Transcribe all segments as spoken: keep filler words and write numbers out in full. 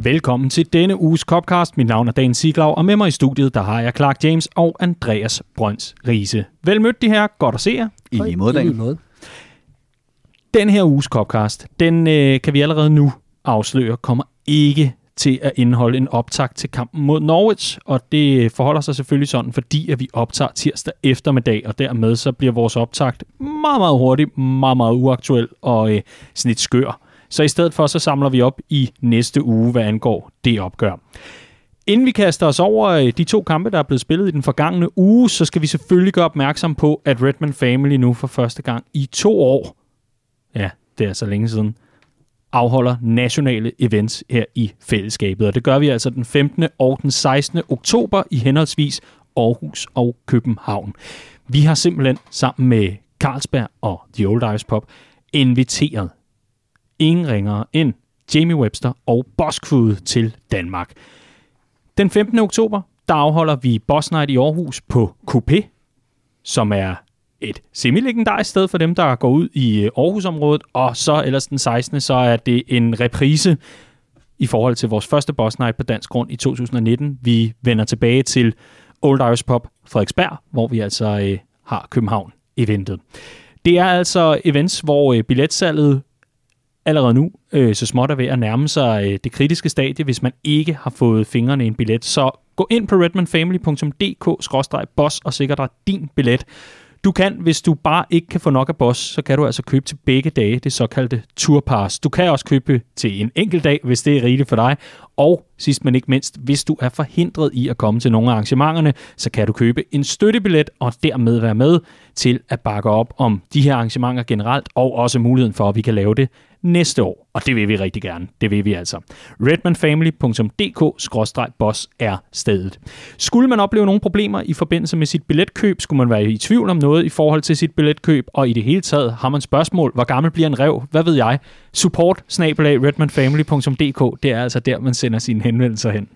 Velkommen til denne uges Copcast. Mit navn er Dan Siglau, og med mig i studiet, der har jeg Clark James og Andreas Brøns Riise. Vel mødt de her. Godt at se jer. I lige måde, Dan. Den her uges Copcast, den øh, kan vi allerede nu afsløre, kommer ikke til at indeholde en optakt til kampen mod Norwich, og det forholder sig selvfølgelig sådan, fordi at vi optager tirsdag eftermiddag, og dermed så bliver vores optakt meget, meget hurtigt, meget, meget uaktuel og øh, sådan lidt skør. Så i stedet for, så samler vi op i næste uge, hvad angår det opgør. Inden vi kaster os over de to kampe, der er blevet spillet i den forgangne uge, så skal vi selvfølgelig gøre opmærksom på, at Redman Family nu for første gang i to år, ja, det er så længe siden, afholder nationale events her i fællesskabet. Og det gør vi altså den femtende og den sekstende oktober i henholdsvis Aarhus og København. Vi har simpelthen sammen med Carlsberg og The Old Irish Pub inviteret ingen ringere end Jamie Webster og Buskfood til Danmark. Den femtende oktober, der afholder vi Boss Night i Aarhus på Coupé, som er et semi-legendarisk sted for dem, der går ud i Aarhusområdet, og så ellers den sekstende så er det en reprise i forhold til vores første Boss Night på dansk grund i to tusind nitten. Vi vender tilbage til Old Irish Pub Frederiksberg, hvor vi altså øh, har København-eventet. Det er altså events, hvor øh, billetsalget allerede nu øh, så småt er ved at nærme sig øh, det kritiske stadie, hvis man ikke har fået fingrene i en billet. Så gå ind på redmanfamily punktum d k skråstreg boss og sikre dig din billet. Du kan, hvis du bare ikke kan få nok af Boss, så kan du altså købe til begge dage, det såkaldte Tourpass. Du kan også købe til en enkelt dag, hvis det er rigeligt for dig. Og sidst men ikke mindst, hvis du er forhindret i at komme til nogle af arrangementerne, så kan du købe en støttebillet og dermed være med til at bakke op om de her arrangementer generelt, og også muligheden for, at vi kan lave det næste år. Og det vil vi rigtig gerne. Det vil vi altså. redmanfamily punktum d k skråstreg boss er stedet. Skulle man opleve nogle problemer i forbindelse med sit billetkøb, skulle man være i tvivl om noget i forhold til sit billetkøb, og i det hele taget har man spørgsmål, hvor gammel bliver en ræv? Hvad ved jeg? Support snabel-a redmanfamily punktum d k. Det er altså der, man sender sine henvendelser hen.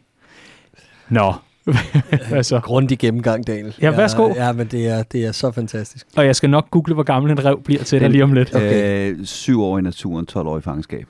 Nå. altså. Grundig gennemgang, Daniel. Ja, værsgo. Ja, ja, men det er, det er så fantastisk. Og jeg skal nok google, hvor gammel en ræv bliver til dig lige om lidt. Okay. Øh, syv år i naturen, tolv år i fangenskab.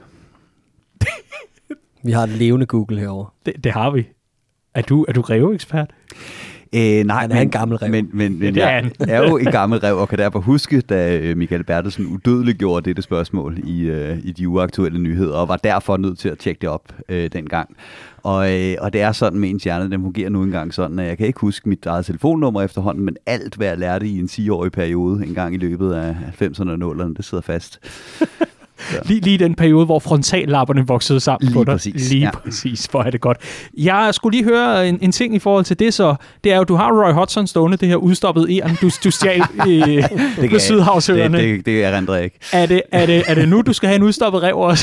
Vi har et levende Google herovre. Det, det har vi. Er du, er du ræveekspert? Øh, nej, han er men, en gammel rev. Men, men, men jeg er jo en gammel rev, og kan derfor huske, da Michael Bertelsen udødeliggjorde dette spørgsmål i, øh, i de uaktuelle nyheder, og var derfor nødt til at tjekke det op øh, dengang. Og, øh, og det er sådan med ens hjerne, den fungerer nu engang sådan, at jeg kan ikke huske mit eget telefonnummer efterhånden, men alt, hvad jeg lærte i en ti-årig periode, en gang i løbet af halvfemserne og nullerne, det sidder fast. Lige, lige den periode, hvor frontallapperne voksede sammen lige på dig. Præcis. Lige ja. præcis, hvor er det godt. Jeg skulle lige høre en, en ting i forhold til det, så det er jo, du har Roy Hodgson stående, det her udstoppede æren, du, du stjal øh, på Sydhavsøerne. Det, det, det erindrer jeg ikke. Er det, er, det, er det nu, du skal have en udstoppet ræv også?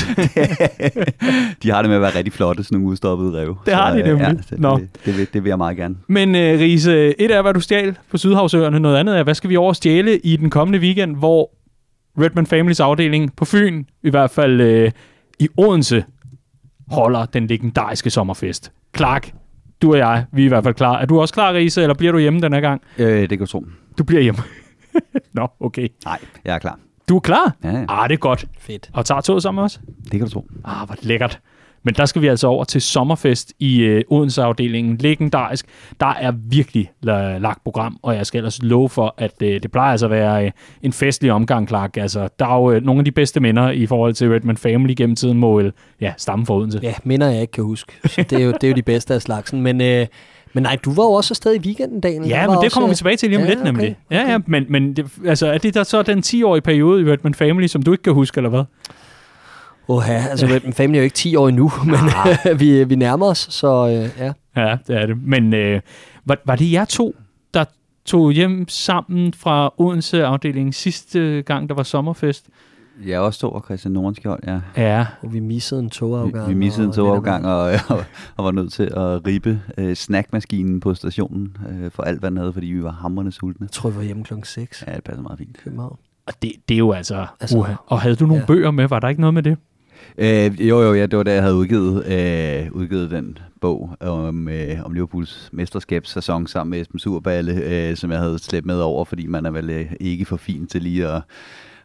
De har det med at være rigtig flotte, sådan nogle udstoppede ræv. Det har så, de nemlig. Ja, det, det, det, vil, det vil jeg meget gerne. Men øh, Riise, et er, hvad du stjal på Sydhavsøerne, noget andet er, hvad skal vi over stjæle i den kommende weekend, hvor Redman Families afdeling på Fyn, i hvert fald øh, i Odense, holder den legendariske sommerfest. Clark, du og jeg, vi er i hvert fald klar. Er du også klar, Riise, eller bliver du hjemme den her gang? Øh, det kan du tro. Du bliver hjemme. Nå, okay. Nej, jeg er klar. Du er klar? Ja, ja. Ah, det er godt. Fedt. Og tager toget sammen også? Det kan du tro. Ah, hvor lækkert. Men der skal vi altså over til sommerfest i øh, Odense-afdelingen. Legendarisk. Der er virkelig la- lagt program, og jeg skal ellers love for, at øh, det plejer altså at være øh, en festlig omgang, Clark. Altså, der er jo øh, nogle af de bedste minder i forhold til Redman Family gennem tiden, må vel ja, stamme fra Odense. Ja, minder jeg ikke kan huske. Så det er jo, det er jo de bedste af slagsen. Men, øh, men nej, du var jo også afsted i weekenden, Daniel. Ja, men det også, kommer vi tilbage til lige om ja, lidt, nemlig. Okay, okay. Ja, ja, men, men det, altså, er det der så den ti-årige periode i Redman Family, som du ikke kan huske, eller hvad? Åh ja, altså Redman Family er jo ikke ti år endnu, men ah. vi, vi nærmer os, så øh, ja. Ja, det er det. Men øh, var, var det jer to, der tog hjem sammen fra Odense-afdelingen sidste gang, der var sommerfest? Jeg også tog, og Christian Nordenskjold, ja. Ja. Og vi missede en togafgang. Vi, vi missede en togafgang, og, og, og var nødt til at ribe øh, snackmaskinen på stationen øh, for alt, hvad den havde, fordi vi var hamrende sultne. Jeg tror, vi var hjemme klokken seks. Ja, det passer meget fint. København. Og det, det er jo altså... altså uh, og havde du nogle ja. bøger med? Var der ikke noget med det? Øh, jo, jo, ja, det var da jeg havde udgivet, øh, udgivet den bog om, øh, om Liverpools mesterskabssæson sammen med Esben Surballe, øh, som jeg havde slæbt med over, fordi man er vel øh, ikke for fin til lige at,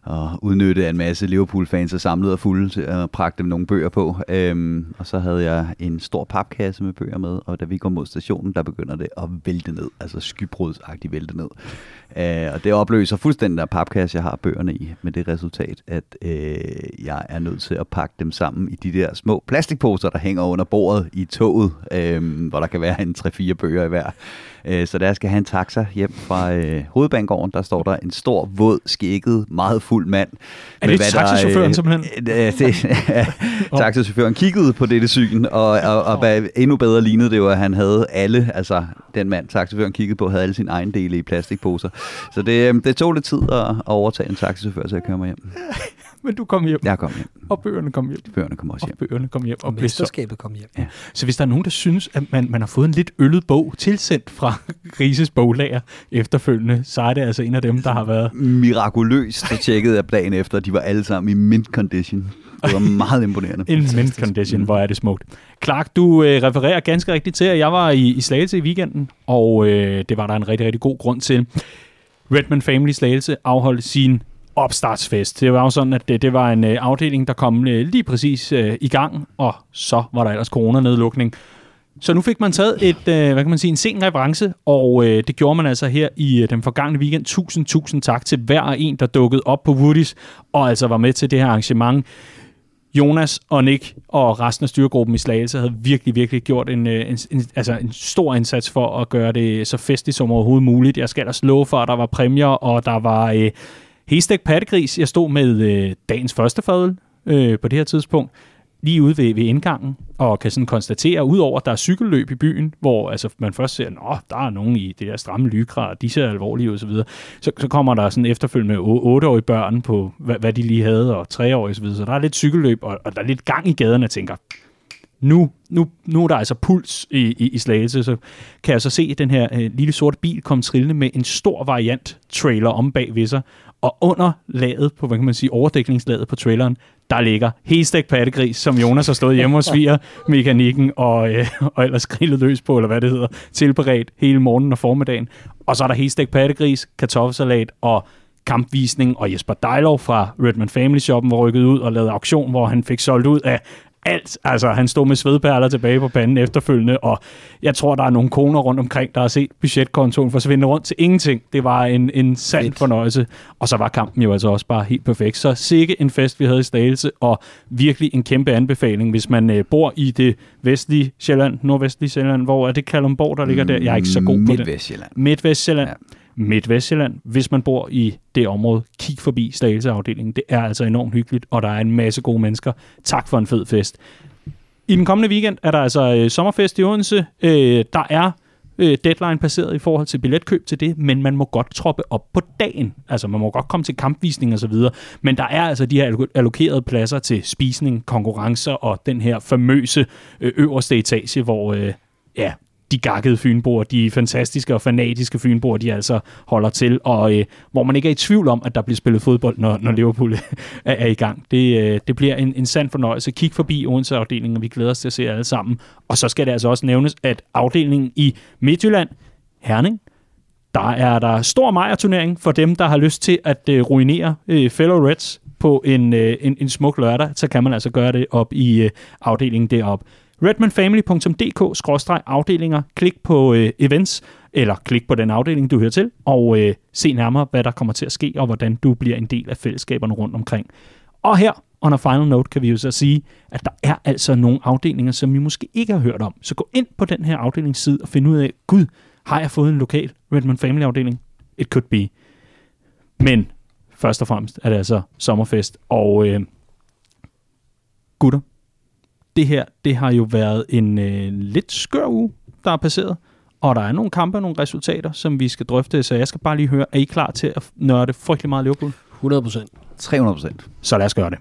og udnytte en masse Liverpool-fans og samlede og fulde til at prakke dem nogle bøger på. Øhm, og så havde jeg en stor papkasse med bøger med, og da vi går mod stationen, der begynder det at vælte ned, altså skybrudsagtigt vælte ned. Øh, og det opløser fuldstændig der papkasse, jeg har bøgerne i, med det resultat, at øh, jeg er nødt til at pakke dem sammen i de der små plastikposer, der hænger under bordet i toget, øh, hvor der kan være en tre-fire bøger i hver. Øh, så da jeg skal have en taxa hjem fra øh, Hovedbanegården, der står der en stor, våd, skægget, meget fuld mand. Er det taxachaufføren øh, simpelthen? Øh, det, ja, taxachaufføren kiggede på dette syn, og, og, og hvad endnu bedre lignede det jo, at han havde alle, altså den mand, taxachaufføren kiggede på, havde alle sine egne dele i plastikposer. Så det, det tog lidt tid at, at overtage en taxachauffør, så jeg kører mig hjem. Men du kom hjem. Jeg kom hjem. Og bøgerne kom hjem. Bøgerne kom også hjem. Og bøgerne kom hjem. Og mesterskabet kom hjem. Ja. Så hvis der er nogen, der synes, at man, man har fået en lidt øllet bog tilsendt fra Grises boglager efterfølgende, så er det altså en af dem, der har været... Mirakuløst, så tjekkede jeg dagen efter, de var alle sammen i mint condition. Det var meget imponerende. En mint condition, hvor er det smukt. Clark, du øh, refererer ganske rigtigt til, at jeg var i, i Slagelse i weekenden, og øh, det var der en rigtig, rigtig god grund til. Redman Family Slagelse afholdt sin opstartsfest. Det var jo sådan, at det, det var en øh, afdeling, der kom øh, lige præcis øh, i gang, og så var der ellers coronanedlukning. Så nu fik man taget et, øh, hvad kan man sige, en sen reference, og øh, det gjorde man altså her i øh, den forgangne weekend. Tusind, tusind tak til hver og en, der dukkede op på Woody's, og altså var med til det her arrangement. Jonas og Nick og resten af styregruppen i Slagelse havde virkelig, virkelig gjort en, en, en, altså en stor indsats for at gøre det så festligt som overhovedet muligt. Jeg skal ellers love for, at der var præmier, og der var øh, hestegt pattegris. Jeg stod med øh, dagens første fadøl øh, på det her tidspunkt, lige ude ved, ved indgangen, og kan sådan konstatere, udover at der er cykelløb i byen, hvor altså, man først ser, at der er nogen i det der stramme lykra, og de ser alvorlige ud, og så videre. Så, så kommer der sådan efterfølgende otteårige børn på, hvad, hvad de lige havde, og treårige og så videre. Så der er lidt cykelløb, og, og der er lidt gang i gaden, jeg tænker, nu, nu, nu er der altså puls i, i, i Slagelse, så kan jeg så se den her øh, lille sorte bil komme trillende med en stor variant-trailer om bag ved sig, og under laget på, hvad kan man sige, overdækningslaget på traileren, der ligger hestegt pattegris, som Jonas har stået hjemme og sviger mekanikken og, øh, og ellers grillet løs på, eller hvad det hedder, tilberedt hele morgenen og formiddagen. Og så er der hestegt pattegris, kartoffelsalat og kampvisning, og Jesper Dejlov fra Redman Family Shoppen var rykket ud og lavede auktion, hvor han fik solgt ud af alt. Altså, han stod med svedperler tilbage på panden efterfølgende, og jeg tror, der er nogle koner rundt omkring, der har set budgetkontoen forsvinde rundt til ingenting. Det var en, en sand Fedt. fornøjelse, og så var kampen jo altså også bare helt perfekt. Så sikke en fest, vi havde i Slagelse, og virkelig en kæmpe anbefaling, hvis man øh, bor i det vestlige Sjælland, nordvestlige Sjælland, hvor er det Kalundborg, der ligger der? Jeg er ikke så god på det. Midtvestsjælland. Midtvestsjælland. Ja. Midtvestsjælland, hvis man bor i det område, kig forbi Slagelse-afdelingen. Det er altså enormt hyggeligt, og der er en masse gode mennesker. Tak for en fed fest. I den kommende weekend er der altså øh, sommerfest i Odense. Øh, der er øh, deadline passeret i forhold til billetkøb til det, men man må godt troppe op på dagen. Altså man må godt komme til kampvisning og så videre, men der er altså de her allokerede pladser til spisning, konkurrencer og den her famøse øh, øverste etage, hvor øh, ja, de gakkede fynboer, de fantastiske og fanatiske fynboer, de altså holder til, og øh, hvor man ikke er i tvivl om, at der bliver spillet fodbold, når, når Liverpool er, er i gang. Det, øh, det bliver en, en sand fornøjelse. Kig forbi Odense-afdelingen, og vi glæder os til at se alle sammen. Og så skal det altså også nævnes, at afdelingen i Midtjylland, Herning, der er der stor Meijer-turnering for dem, der har lyst til at øh, ruinere øh, fellow Reds på en, øh, en, en smuk lørdag. Så kan man altså gøre det op i øh, afdelingen deroppe. redmanfamily punktum d k skråstreg afdelinger. Klik på øh, events, eller klik på den afdeling, du hører til, og øh, se nærmere, hvad der kommer til at ske, og hvordan du bliver en del af fællesskaberne rundt omkring. Og her, on a final note, kan vi jo så sige, at der er altså nogle afdelinger, som vi måske ikke har hørt om. Så gå ind på den her afdelingsside og find ud af, gud, har jeg fået en lokal Redman Family afdeling? It could be. Men først og fremmest er det altså sommerfest, og øh, gutter, det her, det har jo været en øh, lidt skør uge, der er passeret, og der er nogle kampe og nogle resultater, som vi skal drøfte, så jeg skal bare lige høre, er I klar til at nørde frygtelig meget Liverpool? hundrede procent. tre hundrede procent. Så lad os gøre det.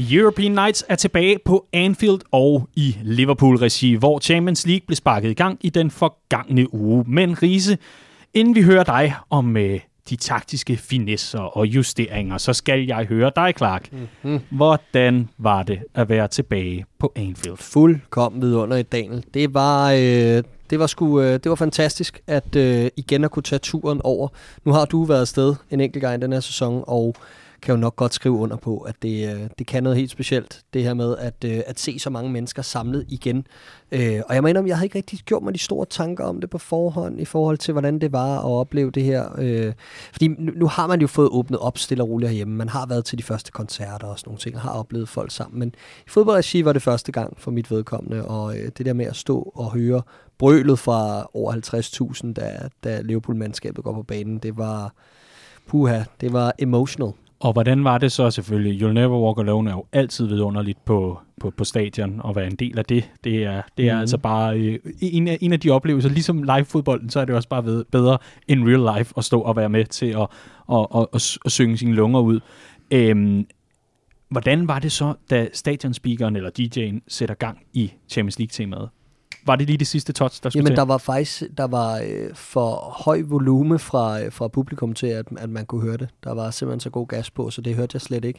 European Nights er tilbage på Anfield og i Liverpool-regi, hvor Champions League blev sparket i gang i den forgangne uge. Men Riese, inden vi hører dig om øh, de taktiske finesser og justeringer, så skal jeg høre dig, Clark. Mm-hmm. Hvordan var det at være tilbage på Anfield? Fuldkommen vidunderligt, Daniel. Det var... Øh Det var sgu, øh, det var fantastisk at øh, igen at kunne tage turen over. Nu har du været afsted en enkelt gang i den her sæson, og kan jo nok godt skrive under på, at det, øh, det kan noget helt specielt, det her med at, øh, at se så mange mennesker samlet igen. Øh, og jeg mener, jeg havde ikke rigtig gjort mig de store tanker om det på forhånd, i forhold til, hvordan det var at opleve det her. Øh, fordi nu, nu har man jo fået åbnet op stille og roligt herhjemme. Man har været til de første koncerter og sådan nogle ting, og har oplevet folk sammen. Men i fodboldregi var det første gang for mit vedkommende, og øh, det der med at stå og høre brølet fra over halvtreds tusind, da, da Liverpool-mandskabet går på banen, det var, puha, det var emotional. Og hvordan var det så selvfølgelig? You'll Never Walk Alone er jo altid vidunderligt på, på, på stadion, og være en del af det. Det er, det er mm. altså bare øh, en, af, en af de oplevelser. Ligesom live-fodbolden, så er det også bare ved, bedre end real life at stå og være med til at, at, at, at, at synge sine lunger ud. Øhm, hvordan var det så, da stadionspeakeren eller D J'en sætter gang i Champions League-temaet? Var det lige det sidste touch, der skulle Jamen, til? der var faktisk der var, øh, for høj volume fra, øh, fra publikum til, at, at man kunne høre det. Der var simpelthen så god gas på, så det hørte jeg slet ikke.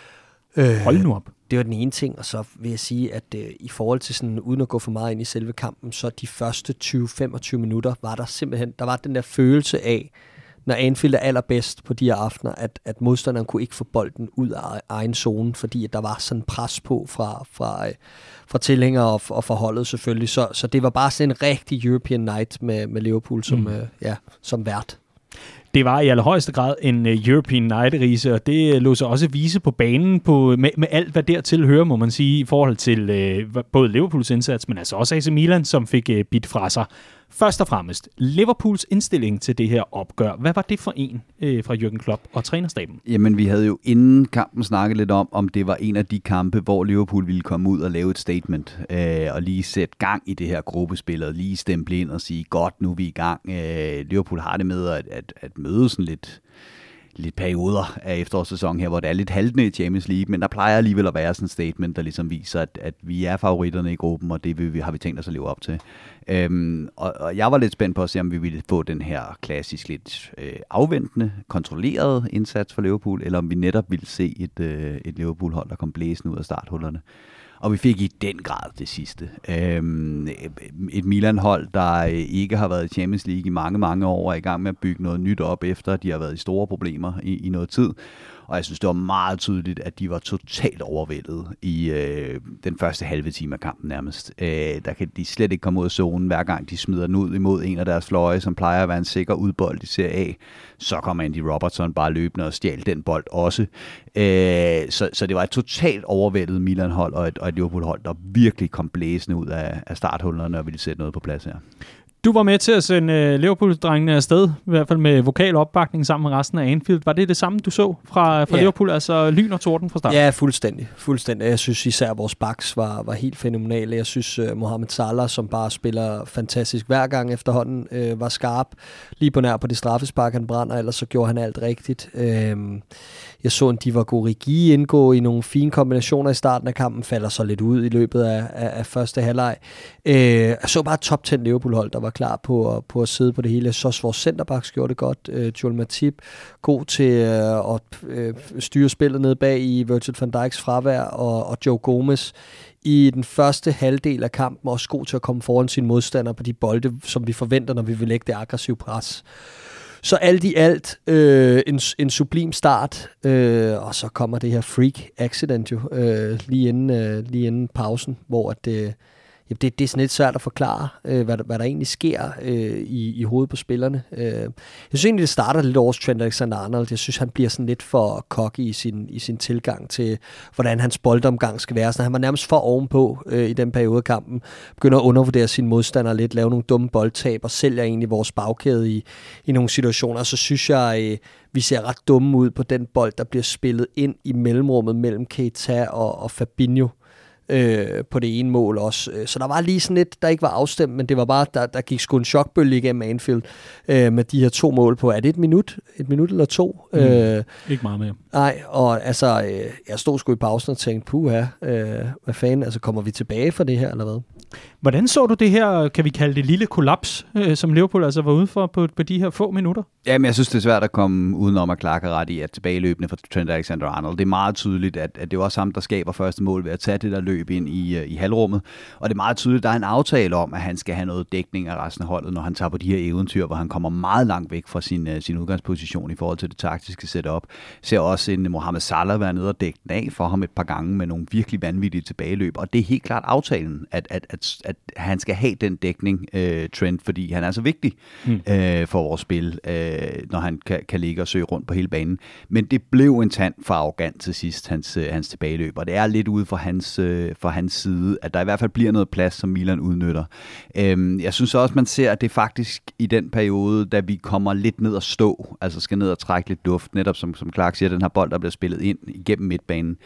Øh, Hold nu op. Det var den ene ting, og så vil jeg sige, at øh, i forhold til sådan, uden at gå for meget ind i selve kampen, så de første tyve til femogtyve minutter var der simpelthen, der var den der følelse af, når Anfield er allerbedst på de her aftener, at, at modstanderen kunne ikke få bolden ud af egen zone, fordi at der var sådan pres på fra, fra, fra tilhængere og, og fra holdet selvfølgelig. Så, så det var bare sådan en rigtig European Night med, med Liverpool som, mm. øh, ja, som vært. Det var i allerhøjeste grad en uh, European Night-rise, og det lå sig også vise på banen på, med, med alt, hvad dertil hører, må man sige, i forhold til uh, både Liverpools indsats, men altså også A C Milan, som fik uh, bit fra sig. Først og fremmest, Liverpools indstilling til det her opgør. Hvad var det for en øh, fra Jürgen Klopp og trænerstaben? Jamen, vi havde jo inden kampen snakket lidt om, om det var en af de kampe, hvor Liverpool ville komme ud og lave et statement, øh, og lige sætte gang i det her gruppespil, og lige stemple ind og sige, godt, nu er vi i gang. Øh, Liverpool har det med at, at, at møde sådan lidt... lidt perioder af efterårssæsonen her, hvor det er lidt haltende i Champions League, men der plejer alligevel at være sådan et statement, der ligesom viser, at, at vi er favoritterne i gruppen, og det vil vi, har vi tænkt os at leve op til. Øhm, og, og jeg var lidt spændt på at se, om vi ville få den her klassisk lidt øh, afventende, kontrollerede indsats for Liverpool, eller om vi netop ville se et, øh, et Liverpool-hold, der kom blæsende ud af starthullerne. Og vi fik i den grad det sidste. Øhm, et Milan-hold, der ikke har været i Champions League i mange, mange år, er i gang med at bygge noget nyt op efter, at de har været i store problemer i, i noget tid. Og jeg synes, det var meget tydeligt, at de var totalt overvældet i øh, den første halve time af kampen nærmest. Øh, der kan de slet ikke komme ud af zonen, hver gang de smider den ud imod en af deres fløje, som plejer at være en sikker udbold i Serie A. Så kommer Andy Robertson bare løbende og stjal den bold også. Øh, så, så det var et totalt overvældet Milan-hold og et, og et Liverpool-hold, der virkelig kom blæsende ud af, af starthullerne og ville sætte noget på plads her. Du var med til at sende uh, Liverpool-drengene afsted, i hvert fald med vokal opbakning sammen med resten af Anfield. Var det det samme, du så fra, fra ja. Liverpool, altså lyn og torden fra start? Ja, fuldstændig. fuldstændig. Jeg synes især, vores backs var, var helt fænomenale. Jeg synes, uh, Mohamed Salah, som bare spiller fantastisk hver gang efterhånden, uh, var skarp. Lige på nær på det straffespark, han brænder, ellers så gjorde han alt rigtigt. Uh, jeg så en Divock Origi indgå i nogle fine kombinationer i starten af kampen, falder så lidt ud i løbet af, af, af første halvleg. Uh, jeg så bare top ti Liverpool-hold, der var klar på, på at sidde på det hele. Jeg synes vores centerbacks gjorde det godt. Uh, Joel Matip, god til uh, at uh, styre spillet ned bag i Virgil van Dijks fravær, og, og Joe Gomez i den første halvdel af kampen også god til at komme foran sine modstandere på de bolde, som vi forventer, når vi vil lægge det aggressive pres. Så alt i alt øh, en, en sublim start, øh, og så kommer det her freak accident jo øh, lige, inden, øh, lige inden pausen, hvor at det Jamen det, det er sådan lidt svært at forklare, øh, hvad, der, hvad der egentlig sker øh, i, i hovedet på spillerne. Øh, jeg synes egentlig, det starter lidt over Trent Alexander-Arnold. Jeg synes, han bliver sådan lidt for cocky i sin, i sin tilgang til, hvordan hans boldomgang skal være. Så han var nærmest for ovenpå øh, i den periode af kampen. Begynder at undervurdere sine modstandere lidt, lave nogle dumme boldtab og sælger egentlig vores bagkæde i, i nogle situationer. Og så synes jeg, øh, vi ser ret dumme ud på den bold, der bliver spillet ind i mellemrummet mellem Keita og, og Fabinho. øh, på det ene mål også. Så der var lige sådan lidt, der ikke var afstemt, men det var bare, der, der gik sgu en chokbølge igennem Anfield øh, med de her to mål på, er det et minut? Et minut eller to? Mm, øh, ikke meget mere. Nej, og altså, øh, jeg stod sgu i pausen og tænkte, puha, øh, hvad fanden, altså kommer vi tilbage for det her, eller hvad? Hvordan så du det her, kan vi kalde det lille kollaps, øh, som Liverpool altså var ude for på, på de her få minutter? Jamen, jeg synes, det er svært at komme udenom at Clark har ret i, at tilbageløbende for Trent Alexander-Arnold. Det er meget tydeligt, at, at det er også ham, der skaber første mål ved at tage det der løb ind i, i halvrummet. Og det er meget tydeligt, at der er en aftale om, at han skal have noget dækning af resten af holdet, når han tager på de her eventyr, hvor han kommer meget langt væk fra sin, sin udgangsposition i forhold til det taktiske setup. Ser også en Mohamed Salah være nede og dække den af for ham et par gange med nogle virkelig vanvittige tilbageløb. Og det er helt klart aftalen, at, at, at, at han skal have den dækning, øh, Trent, fordi han er så vigtig mm. øh, for vores spil, øh, når han kan, kan ligge og søge rundt på hele banen. Men det blev en tand for arrogant til sidst, hans, øh, hans tilbageløb, og det er lidt ude for hans, øh, for hans side, at der i hvert fald bliver noget plads, som Milan udnytter. Øh, jeg synes også, man ser, at det faktisk i den periode, da vi kommer lidt ned og stå, altså skal ned og trække lidt luft, netop som, som Clark siger, den her bold, der bliver spillet ind igennem midtbanen,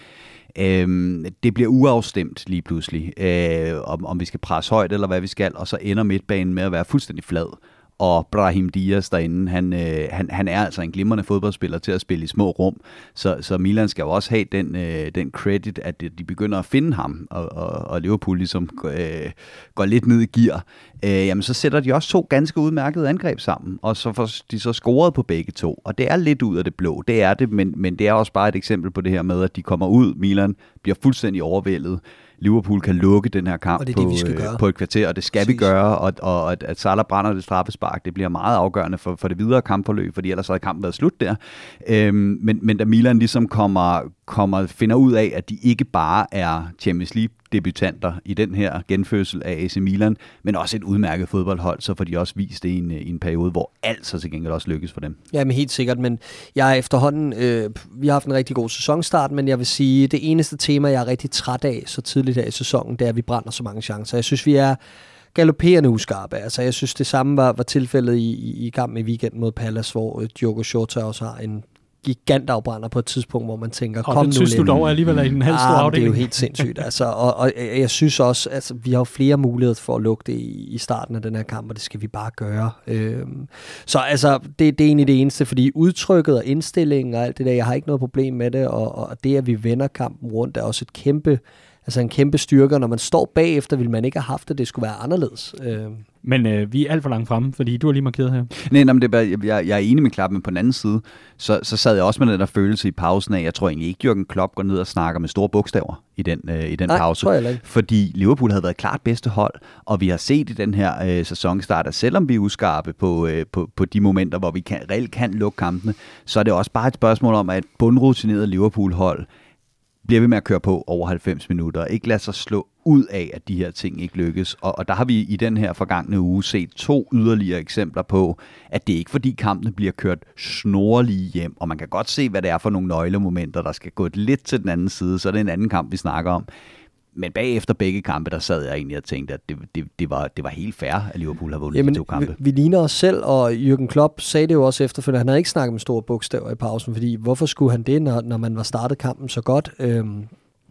Øhm, det bliver uafstemt lige pludselig, øh, om, om vi skal presse højt eller hvad vi skal, og så ender midtbanen med at være fuldstændig flad. Og Brahim Diaz derinde, han, øh, han, han er altså en glimrende fodboldspiller til at spille i små rum, så, så Milan skal jo også have den, øh, den credit, at de begynder at finde ham, og, og, og Liverpool ligesom øh, går lidt ned i gear. Øh, jamen så sætter de også to ganske udmærkede angreb sammen, og så får de så scoret på begge to, og det er lidt ud af det blå, det er det, men, men det er også bare et eksempel på det her med, at de kommer ud, Milan bliver fuldstændig overvældet, Liverpool kan lukke den her kamp det på, det, øh, på et kvarter, og det skal Præcis. vi gøre, og, og at, at Salah brænder det straffespark, det bliver meget afgørende for, for det videre kampforløb, fordi ellers havde kampen været slut der. Øhm, men, men da Milan ligesom kommer, kommer, finder ud af, at de ikke bare er Champions League debutanter i den her genfødsel af A C Milan, men også et udmærket fodboldhold, så får de også vist det i en, i en periode, hvor alt så til gengæld også lykkes for dem. Ja, men helt sikkert, men jeg er efterhånden, øh, vi har haft en rigtig god sæsonstart, men jeg vil sige, det eneste tema, jeg er rigtig træt af så tidligt her i sæsonen, det er, at vi brænder så mange chancer. Jeg synes, vi er galopperende uskarpe. Altså, jeg synes, det samme var, var tilfældet i, i, i kampen i weekenden mod Palace, hvor Diogo Jota også har en gigantafbrænder på et tidspunkt, hvor man tænker, kom nu lidt. synes du dog alligevel er i den halv store ah, afdeling. Det er jo helt sindssygt. Altså, og, og jeg synes også, altså, vi har jo flere muligheder for at lukke det i, i starten af den her kamp, og det skal vi bare gøre. Øhm, så altså, det, det er egentlig det eneste, fordi udtrykket og indstillingen og alt det der, jeg har ikke noget problem med det, og, og det, at vi vender kampen rundt, er også et kæmpe, altså en kæmpe styrke. Når man står bagefter, vil man ikke have haft det, det skulle være anderledes. Øhm. Men øh, vi er alt for langt fremme, fordi du har lige markeret her. Nej, nej men det er bare, jeg, jeg er enig med Klopp, men på den anden side, så, så sad jeg også med den der følelse i pausen af, jeg tror egentlig ikke, Jürgen Klopp går ned og snakker med store bogstaver i den, øh, i den Nej, pause. Tror jeg ikke. Fordi Liverpool havde været klart bedste hold, og vi har set i den her øh, sæsonstart, at selvom vi er uskarpe på, øh, på, på de momenter, hvor vi kan, reelt kan lukke kampene, så er det også bare et spørgsmål om, at et bundrutineret Liverpool-hold bliver ved med at køre på over halvfems minutter, ikke lade sig slå ud af, at de her ting ikke lykkes. Og, og der har vi i den her forgangne uge set to yderligere eksempler på, at det ikke fordi kampene bliver kørt snorlige hjem, og man kan godt se, hvad det er for nogle nøglemomenter, der skal gå lidt til den anden side, så er det en anden kamp, vi snakker om. Men bagefter begge kampe, der sad jeg egentlig og tænkte, at det, det, det, var, det var helt fair, at Liverpool har vundet Jamen, de to kampe. Vi, vi ligner os selv, og Jürgen Klopp sagde det jo også efterfølgende. Han havde ikke snakket med store bogstaver i pausen, fordi hvorfor skulle han det, når, når man var startet kampen så godt? Øhm,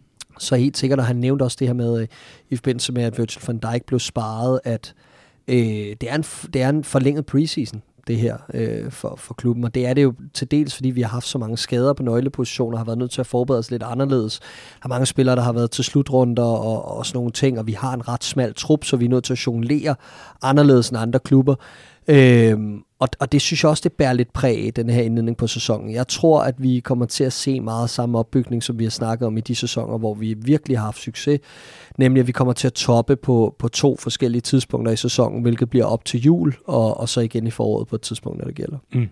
så helt sikkert, og han nævnte også det her med, i forbindelse med, at Virgil van Dijk blev sparet, at øh, det, er en, det er en forlænget preseason, det her øh, for, for klubben, og det er det jo til dels, fordi vi har haft så mange skader på nøglepositioner, har været nødt til at forberede os lidt anderledes. Der er mange spillere, der har været til slutrunder og, og sådan nogle ting, og vi har en ret smal trup, så vi er nødt til at jonglere anderledes end andre klubber. Øhm, og, og det synes jeg også, det bærer lidt præg i den her indledning på sæsonen. Jeg tror, at vi kommer til at se meget samme opbygning, som vi har snakket om i de sæsoner, hvor vi virkelig har haft succes. Nemlig, at vi kommer til at toppe på, på to forskellige tidspunkter i sæsonen, hvilket bliver op til jul, og, og så igen i foråret på et tidspunkt, når det gælder. Mm.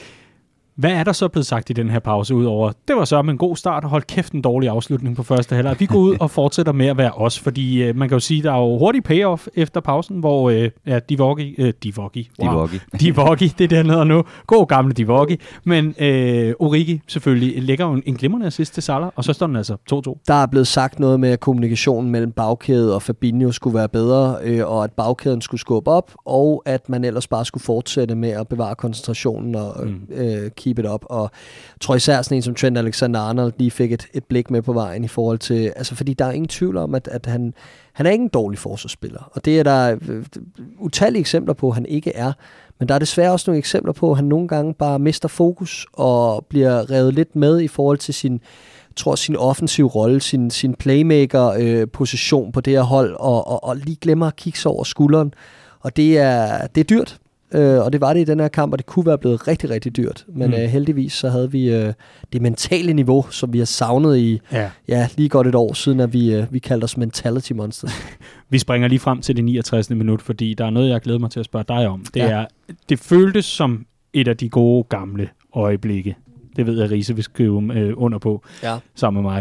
Hvad er der så blevet sagt i den her pause udover? Det var så med en god start, og hold kæft en dårlig afslutning på første halvleg. Vi går ud og fortsætter med at være os, fordi øh, man kan jo sige, der er jo hurtig payoff efter pausen, hvor øh, ja, Divogi, øh, Divogi, wow. Divogi. Divogi, det er dernede nu. God gamle Divogi. Men øh, Origi selvfølgelig lægger jo en, en glimrende assist til Salah, og så står den altså to to. Der er blevet sagt noget med, at kommunikationen mellem bagkæde og Fabinho skulle være bedre, øh, og at bagkæden skulle skubbe op, og at man ellers bare skulle fortsætte med at bevare koncentrationen og mm. øh, keep it up, og jeg tror især sådan en som Trent Alexander-Arnold lige fik et, et blik med på vejen i forhold til, altså fordi der er ingen tvivl om, at, at han, han er ikke en dårlig forsvarsspiller, og det er der utallige eksempler på, at han ikke er, men der er desværre også nogle eksempler på, at han nogle gange bare mister fokus og bliver revet lidt med i forhold til sin, jeg tror, sin offensive rolle, sin, sin playmaker-position øh, på det her hold, og, og, og lige glemmer at kigge sig over skulderen. Og det er, det er dyrt, øh, og det var det i den her kamp, og det kunne være blevet rigtig, rigtig dyrt. Men mm. øh, heldigvis så havde vi øh, det mentale niveau, som vi har savnet i ja. Ja, lige godt et år siden, at vi, øh, vi kaldte os Mentality Monsters. Vi springer lige frem til det niogtressende minut, fordi der er noget, jeg glæder mig til at spørge dig om. Det, ja. er, det føltes som et af de gode, gamle øjeblikke. Det ved jeg, Riese vil skrive øh, under på, ja. sammen med mig.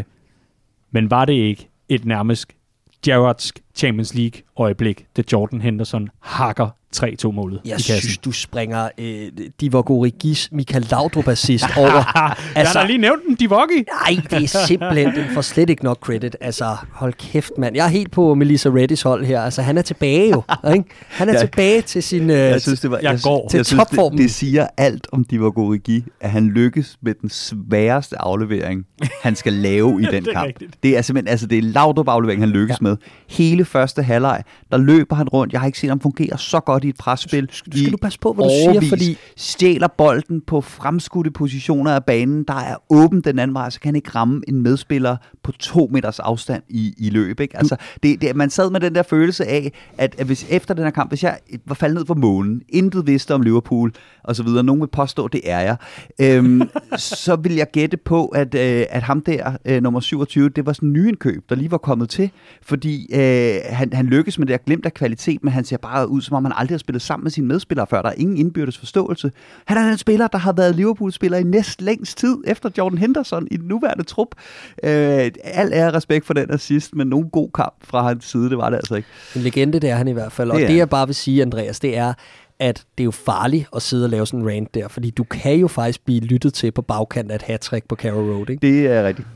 Men var det ikke et nærmest Gerrardsk Champions League øjeblik, da Jordan Henderson hakker tre to målet jeg i kassen? Jeg synes, du springer øh, Divock Origis Michael Laudrup assist over. Altså, jeg har da lige nævnt den, Divock. Nej, det er simpelthen, den får slet ikke nok credit. Altså, hold kæft, mand. Jeg er helt på Melissa Reddys hold her. Altså, han er tilbage jo. Ikke? Han er jeg, tilbage til sin øh, jeg synes, det var, jeg, jeg går. til jeg synes, topformen. Det, det siger alt om Divock Origi, at han lykkes med den sværeste aflevering, han skal lave i den det kamp. Rigtigt. Det er simpelthen, altså det er Laudrup aflevering, han lykkes ja. med. Hele første halvleg, der løber han rundt. Jeg har ikke set ham fungere så godt i et presspil. Skal, skal du passe på, hvad du siger, fordi stjæler bolden på fremskudte positioner af banen, der er åben den anden vej, så kan han ikke ramme en medspiller på to meters afstand i, i løb. Ikke? Altså, det, det, man sad med den der følelse af, at, at hvis efter den her kamp, hvis jeg var faldet ned på månen, intet vidste om Liverpool, og så videre, nogen vil påstå, det er jeg, øhm, så vil jeg gætte på, at, øh, at ham der, øh, nummer syvogtyve, det var sådan en nyindkøb, der lige var kommet til, fordi øh, han, han lykkes med det, jeg glemt af kvalitet, men han ser bare ud, som om han aldrig har spillet sammen med sine medspillere før. Der er ingen indbyrdes forståelse. Han er en spiller, der har været Liverpool-spiller i næst længst tid efter Jordan Henderson i den nuværende trup. Øh, al ære respekt for den assist, men nogen god kamp fra hans side, det var det altså ikke. En legende, det er han i hvert fald. Og det, det jeg bare vil sige, Andreas, det er, at det er jo farligt at sidde og lave sådan en rant der, fordi du kan jo faktisk blive lyttet til på bagkant af et hat-trick på Carrow Road, ikke? Det er rigtigt.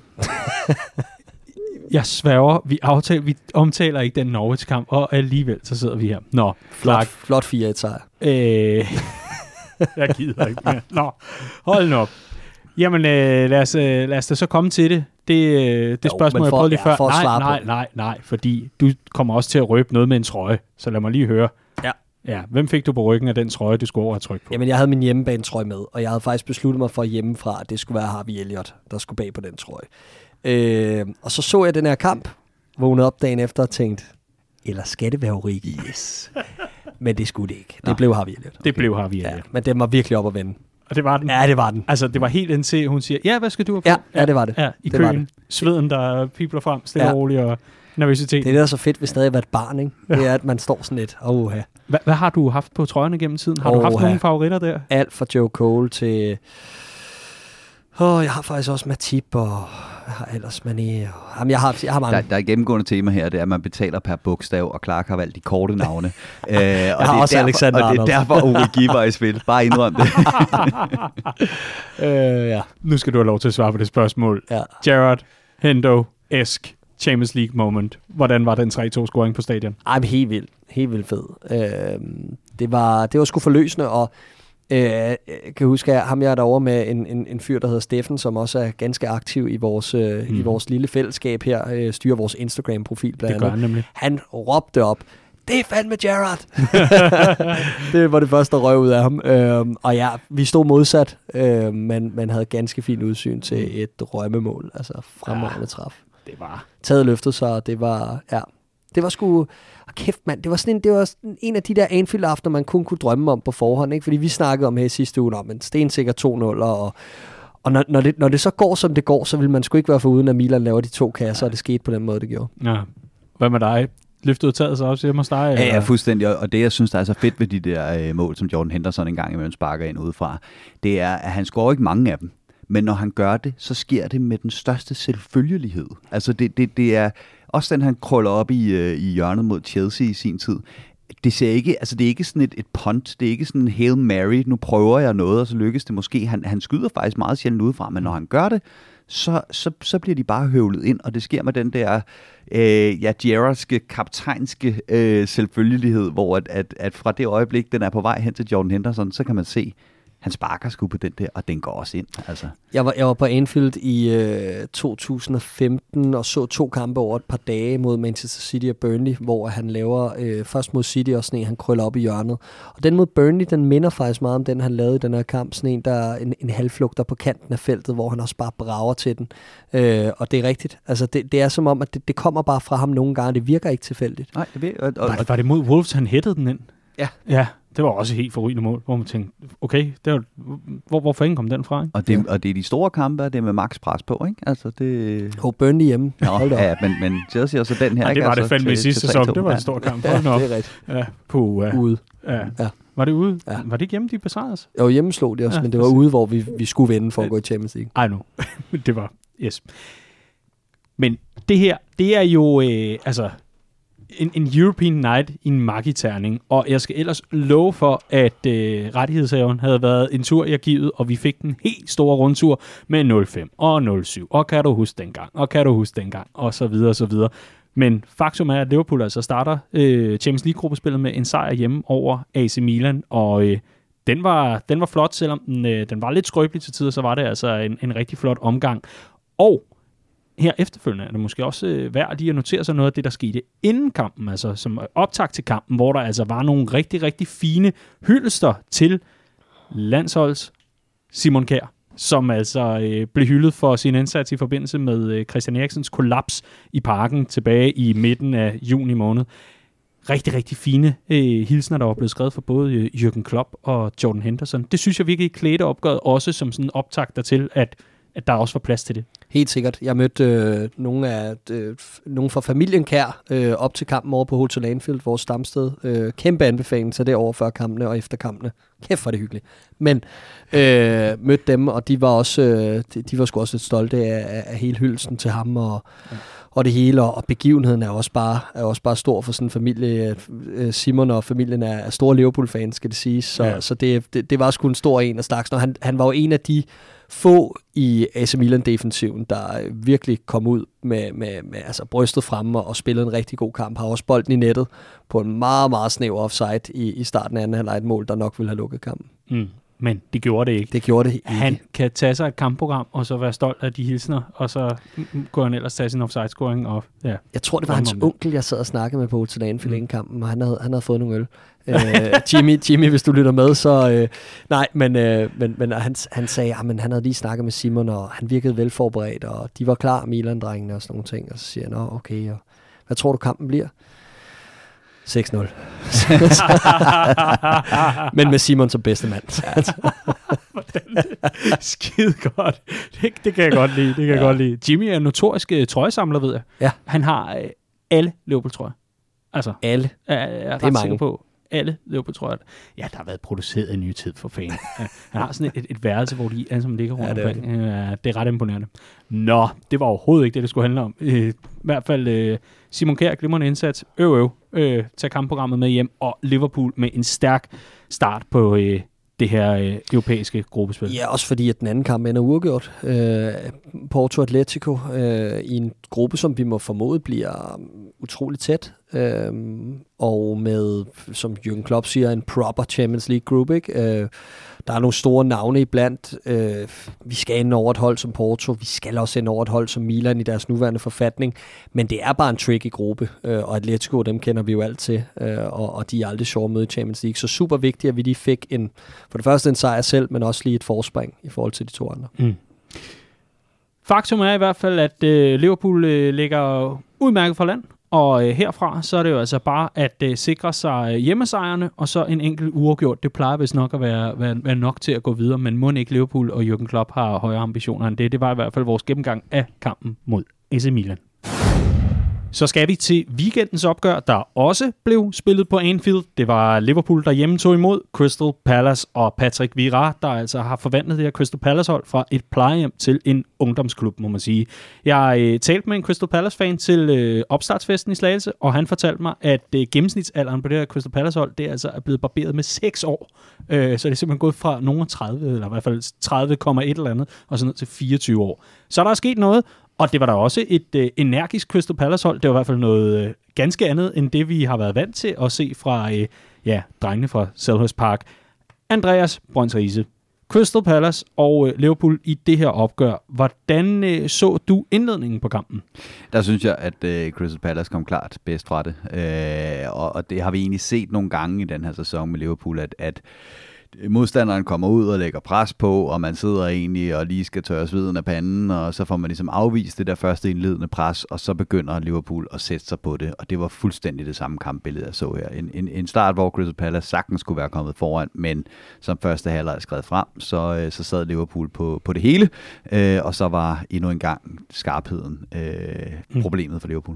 Jeg sværger, vi, aftaler, vi omtaler ikke den Norwich-kamp, og alligevel så sidder vi her. Nå, flot, flot fire et sejr. Øh, jeg gider ikke mere. Nå, hold nu op. Jamen, øh, lad, os, øh, lad os da så komme til det. Det, øh, det jo, spørgsmål, for, jeg prøvede lige ja, før. For nej, nej, nej, nej, fordi du kommer også til at røbe noget med en trøje, så lad mig lige høre. Ja. Ja, hvem fik du på ryggen af den trøje, du skulle over at trykke på? Jamen, jeg havde min hjemmebane-trøje med, og jeg havde faktisk besluttet mig for hjemmefra, at det skulle være Harvey Elliott, der skulle bag på den trøje. Øh, og så så jeg den her kamp, vågnede op dagen efter og tænkte, eller skal det være Origi? Yes. Men det skulle det ikke. Det Nå. blev Harvey Elliott. Det blev Harvey Elliott. Ja, men den var virkelig op at vende. Og det var den? Ja, det var den. Altså, det var helt indtil hun siger, ja, hvad skal du have på? Ja, ja, det var det. Ja, i det køen. Sveden, der pibler frem, stille ja. og roligt, og nervøsitet. Det er det, der er så fedt ved stadig at være et barn, ikke? Det er, at man står sådan lidt, åh ja. Hvad, hvad har du haft på trøjerne gennem tiden? Har oh, du haft ja. nogle favoritter der? Alt fra Joe Cole til... Åh, oh, jeg har faktisk også Matip, og jeg har ellers Mané. Og... Jamen, jeg har, jeg har mange. Der, der er et gennemgående tema her, det er, at man betaler per bogstav, og Clark har valgt de korte navne. øh, og, jeg det har også derfor, Alexander og det er derfor, Origi var i spil. Bare indrøm det. øh, ja. Nu skal du have lov til at svare på det spørgsmål. Ja. Gerrard, Hendo, Esk, Champions League moment. Hvordan var den tre to scoring på stadion? Ej, men helt vildt. Helt vildt fed. Øh, det, var, det var sgu forløsende, og øh, jeg kan huske, at ham jeg er derovre med en, en, en fyr, der hedder Steffen, som også er ganske aktiv i vores, øh, mm. i vores lille fællesskab her, øh, styrer vores Instagram-profil blandt andet. Det gør han nemlig. Han råbte op, det er fandme Gerrard! Det var det første, der røg ud af ham. Øhm, og ja, vi stod modsat, øh, men man havde ganske fint udsyn til et drømmemål. Altså fremragende træf. Det var... Taget løftet sig, og det var... Ja, det var sgu... Og kæft, mand, det var sådan en, det var sådan en af de der Anfield-aftener, man kun kunne drømme om på forhånd, ikke? Fordi vi snakkede om her i sidste uge, om en stensikker to nul, og, og når, når, det, når det så går, som det går, så vil man sgu ikke være foruden, at Milan laver de to kasser, og det skete på den måde, det gjorde. Ja. Hvad med dig? Løftet taget sig også hjemme hos dig? Ja, ja, fuldstændig. Og det, jeg synes, der er så fedt ved de der øh, mål, som Jordan Henderson engang imellem sparker ind udefra, det er, at han scorer ikke mange af dem. Men når han gør det, så sker det med den største selvfølgelighed. Altså, det, det, det er også den, han krøller op i, øh, i hjørnet mod Chelsea i sin tid. Det ser ikke, altså det er ikke sådan et, et punt, det er ikke sådan en Hail Mary, nu prøver jeg noget, og så lykkes det måske. Han, han skyder faktisk meget sjældent udefra, men når han gør det, så, så, så bliver de bare høvlet ind, og det sker med den der øh, ja, Gerrardske, kaptajnske øh, selvfølgelighed, hvor at, at, at fra det øjeblik, den er på vej hen til Jordan Henderson, så kan man se, han sparker sgu på den der, og den går også ind. Altså. Jeg var, jeg var på Anfield i øh, to tusind og femten og så to kampe over et par dage mod Manchester City og Burnley, hvor han laver øh, først mod City og sådan en, han krøller op i hjørnet. Og den mod Burnley, den minder faktisk meget om den, han lavede i den her kamp. Sådan en, der er en, en halvflugter på kanten af feltet, hvor han også bare brager til den. Øh, og det er rigtigt. Altså, det, det er som om, at det, det kommer bare fra ham nogle gange. Det virker ikke tilfældigt. Nej, det ved, og, og, var, det, var det mod Wolves, han hættede den ind? Ja. Ja, det var også helt forrygende mål, hvor man tænkte, okay, det var, hvor, hvor fanden kom den fra? Ikke? Og, det, og det er de store kampe, det er med max pres på, ikke? Altså det... Hov, Burnley hjemme. Nå, ja, men, men Chelsea og så den her, Ej, ikke? det var altså, det fandme i sidste sæson, det var en stor kamp. Ja, det er rigtigt. Ja, på uh, ude. Ja. Ja. Var det ude? Ja. Var det ikke hjemme, de besejrede os? Jo, hjemme slog de også, ja, men det var ude, hvor vi, vi skulle vinde for at gå i Champions League. I know. Det var, yes. Men det her, det er jo, øh, altså... En, en European Night i en magiterning, og jeg skal ellers love for, at øh, rettighedshaveren havde været en tur i arkivet, og vi fik den helt store rundtur med nul fem og nul syv, og kan du huske dengang, og kan du huske dengang, og så videre, og så videre. Men faktum er, at Liverpool altså starter øh, Champions League-gruppespillet med en sejr hjemme over A C Milan, og øh, den, var, den var flot, selvom den, øh, den var lidt skrøbelig til tider, så var det altså en, en rigtig flot omgang. Og her efterfølgende er det måske også øh, værd lige at notere sig noget af det, der skete inden kampen, altså som optakt til kampen, hvor der altså var nogle rigtig, rigtig fine hyldester til landsholds Simon Kjær, som altså øh, blev hyldet for sin indsats i forbindelse med øh, Christian Eriksens kollaps i Parken tilbage i midten af juni måned. Rigtig, rigtig fine øh, hilsner, der var blevet skrevet for både øh, Jürgen Klopp og Jordan Henderson. Det synes jeg virkelig klædte opgøret også som sådan en optakt til, at at der også var plads til det. Helt sikkert. Jeg mødte øh, nogle, af, øh, nogle fra familien Kjær øh, op til kampen over på Hotel Anfield, vores stamsted. Øh, kæmpe anbefaling til det over før kampene og efter kampene. Kæft, var det hyggeligt. Men øh, mødte dem, og de var også øh, de, de var sgu også lidt stolte af, af hele hyldelsen til ham og, ja. og det hele, og begivenheden er også bare, er også bare stor for sådan en familie. Simon og familien er, er store Liverpool-fans, skal det siges. Så, ja. så det, det, det var sgu en stor en af Staksner. Han, han var jo en af de få i A C Milan-defensiven, der virkelig kom ud med, med, med altså brystet fremme og spillede en rigtig god kamp. Har også bolden i nettet på en meget, meget snæver offside i, i starten af anden halvleg, et mål, der nok ville have lukket kampen. Mm. Men det gjorde det ikke. Det gjorde det ikke. Han kan tage sig et kampprogram, og så være stolt af de hilsner, og så går han ellers tage sin offside-scoring. Og, ja, jeg tror, det var hans onkel, jeg sad og snakkede med på Hotel Anfield inden kampen, og han havde, han havde fået nogle øl. uh, Jimmy, Jimmy, hvis du lytter med, så... Uh, nej, men, uh, men, men han, han sagde, at han havde lige snakket med Simon, og han virkede velforberedt, og de var klar, Milan-drengene og sådan nogle ting. Og så siger han, nå, okay, og hvad tror du, kampen bliver? seks nul. Men med Simon som bedste mand. Skide godt. Det, det kan jeg godt lide. Det kan ja. jeg godt lide. Jimmy er en notorisk uh, trøjesamler, ved jeg. Ja. Han har uh, alle Liverpool-trøjer. Altså, alle? Uh, jeg er ret sikker på. Alle Liverpool-trøjer. Ja, der har været produceret en ny tid for fan. uh, han har sådan et, et, et værelse, hvor de alle sammen ligger rundt ja, omkring. Uh, det er ret imponerende. Nå, det var overhovedet ikke det, det skulle handle om. Uh, I hvert fald uh, Simon Kjær, glimrende indsats. Øv, øv. Uh, tag kampprogrammet med hjem. Og Liverpool med en stærk start på... Uh, det her øh, europæiske gruppespil. Ja, også fordi, at den anden kamp ender uafgjort. Øh, Porto Atletico øh, i en gruppe, som vi må formode bliver um, utroligt tæt. Øh, og med, som Jürgen Klopp siger, en proper Champions League group, ikke? Øh, der er nogle store navne iblandt. Øh, vi skal ind over et hold som Porto. Vi skal også ind over et hold som Milan i deres nuværende forfatning. Men det er bare en tricky gruppe. Øh, og Atletico, dem kender vi jo alt til. Øh, og, og de er aldrig sjove med i Champions League. Så super vigtigt, at vi lige fik en, for det første en sejr selv, men også lige et forspring i forhold til de to andre. Mm. Faktum er i hvert fald, at øh, Liverpool øh, ligger udmærket fra land. Og øh, herfra, så er det jo altså bare at øh, sikre sig hjemmesejrene, og så en enkelt uafgjort. Det plejer vist nok at være, være, være nok til at gå videre, men må ikke Liverpool og Jürgen Klopp har højere ambitioner end det. Det var i hvert fald vores gennemgang af kampen mod A C Milan. Så skal vi til weekendens opgør, der også blev spillet på Anfield. Det var Liverpool, der hjemme tog imod Crystal Palace og Patrick Vieira, der altså har forvandlet det her Crystal Palace-hold fra et plejehjem til en ungdomsklub, må man sige. Jeg øh, talte med en Crystal Palace-fan til øh, opstartsfesten i Slagelse, og han fortalte mig, at øh, gennemsnitsalderen på det her Crystal Palace-hold, det er altså er blevet barberet med seks år. Øh, så det er simpelthen gået fra nogen tredive, eller i hvert fald tredive komma et eller andet, og så ned til fireogtyve år. Så der er sket noget. Og det var der også et øh, energisk Crystal Palace-hold. Det var i hvert fald noget øh, ganske andet, end det vi har været vant til at se fra øh, ja, drengene fra Selhurst Park. Andreas Brøns Riise, Crystal Palace og øh, Liverpool i det her opgør. Hvordan øh, så du indledningen på kampen? Der synes jeg, at øh, Crystal Palace kom klart bedst fra det. Øh, og, og det har vi egentlig set nogle gange i den her sæson med Liverpool, at, at modstanderen kommer ud og lægger pres på, og man sidder egentlig og lige skal tørre sveden af panden, og så får man ligesom afvist det der første indledende pres, og så begynder Liverpool at sætte sig på det, og det var fuldstændig det samme kampbillede, jeg så her. En, en, en start, hvor Crystal Palace sagtens skulle være kommet foran, men som første halvleg er skrevet frem, så, så sad Liverpool på, på det hele, øh, og så var endnu en gang skarpheden øh, problemet for Liverpool.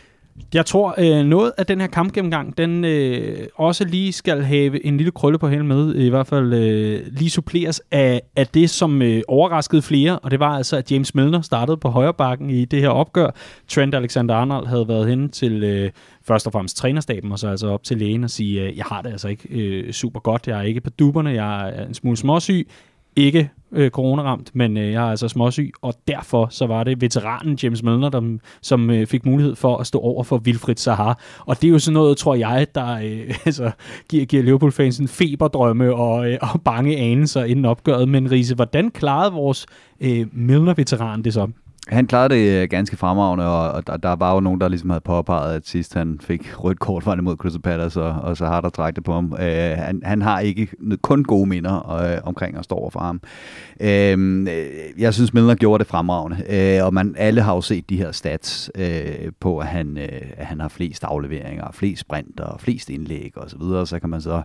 Jeg tror, øh, noget af den her kampgennemgang, den øh, også lige skal have en lille krølle på hælen med, i hvert fald øh, lige suppleres af, af det, som øh, overraskede flere, og det var altså, at James Milner startede på højre bakken i det her opgør. Trent Alexander-Arnold havde været henne til øh, først og fremmest trænerstaben, og så altså op til lægen og sige, øh, jeg har det altså ikke øh, super godt, jeg er ikke på dupperne, jeg er en smule småsyg, ikke øh, coronaramt, men øh, jeg er altså småsyg, og derfor så var det veteranen James Milner, der, som øh, fik mulighed for at stå over for Wilfried Zaha. Og det er jo sådan noget, tror jeg, der øh, altså, giver, giver Liverpool-fansen feberdrømme og, øh, og bange anelser inden opgøret. Men Riese, hvordan klarede vores øh, Milner-veteran det så? Han klarede det ganske fremragende, og der, der var jo nogen, der ligesom havde påpeget, at sidst han fik rødt kort for imod Crystal Palace, og, og så har der trækket på ham. Øh, han, han har ikke kun gode minder øh, omkring at stå over for ham. Øh, jeg synes, Milner gjorde det fremragende, øh, og man alle har jo set de her stats øh, på, at han, øh, at han har flest afleveringer, flest sprinter, flest indlæg osv., så, så kan man så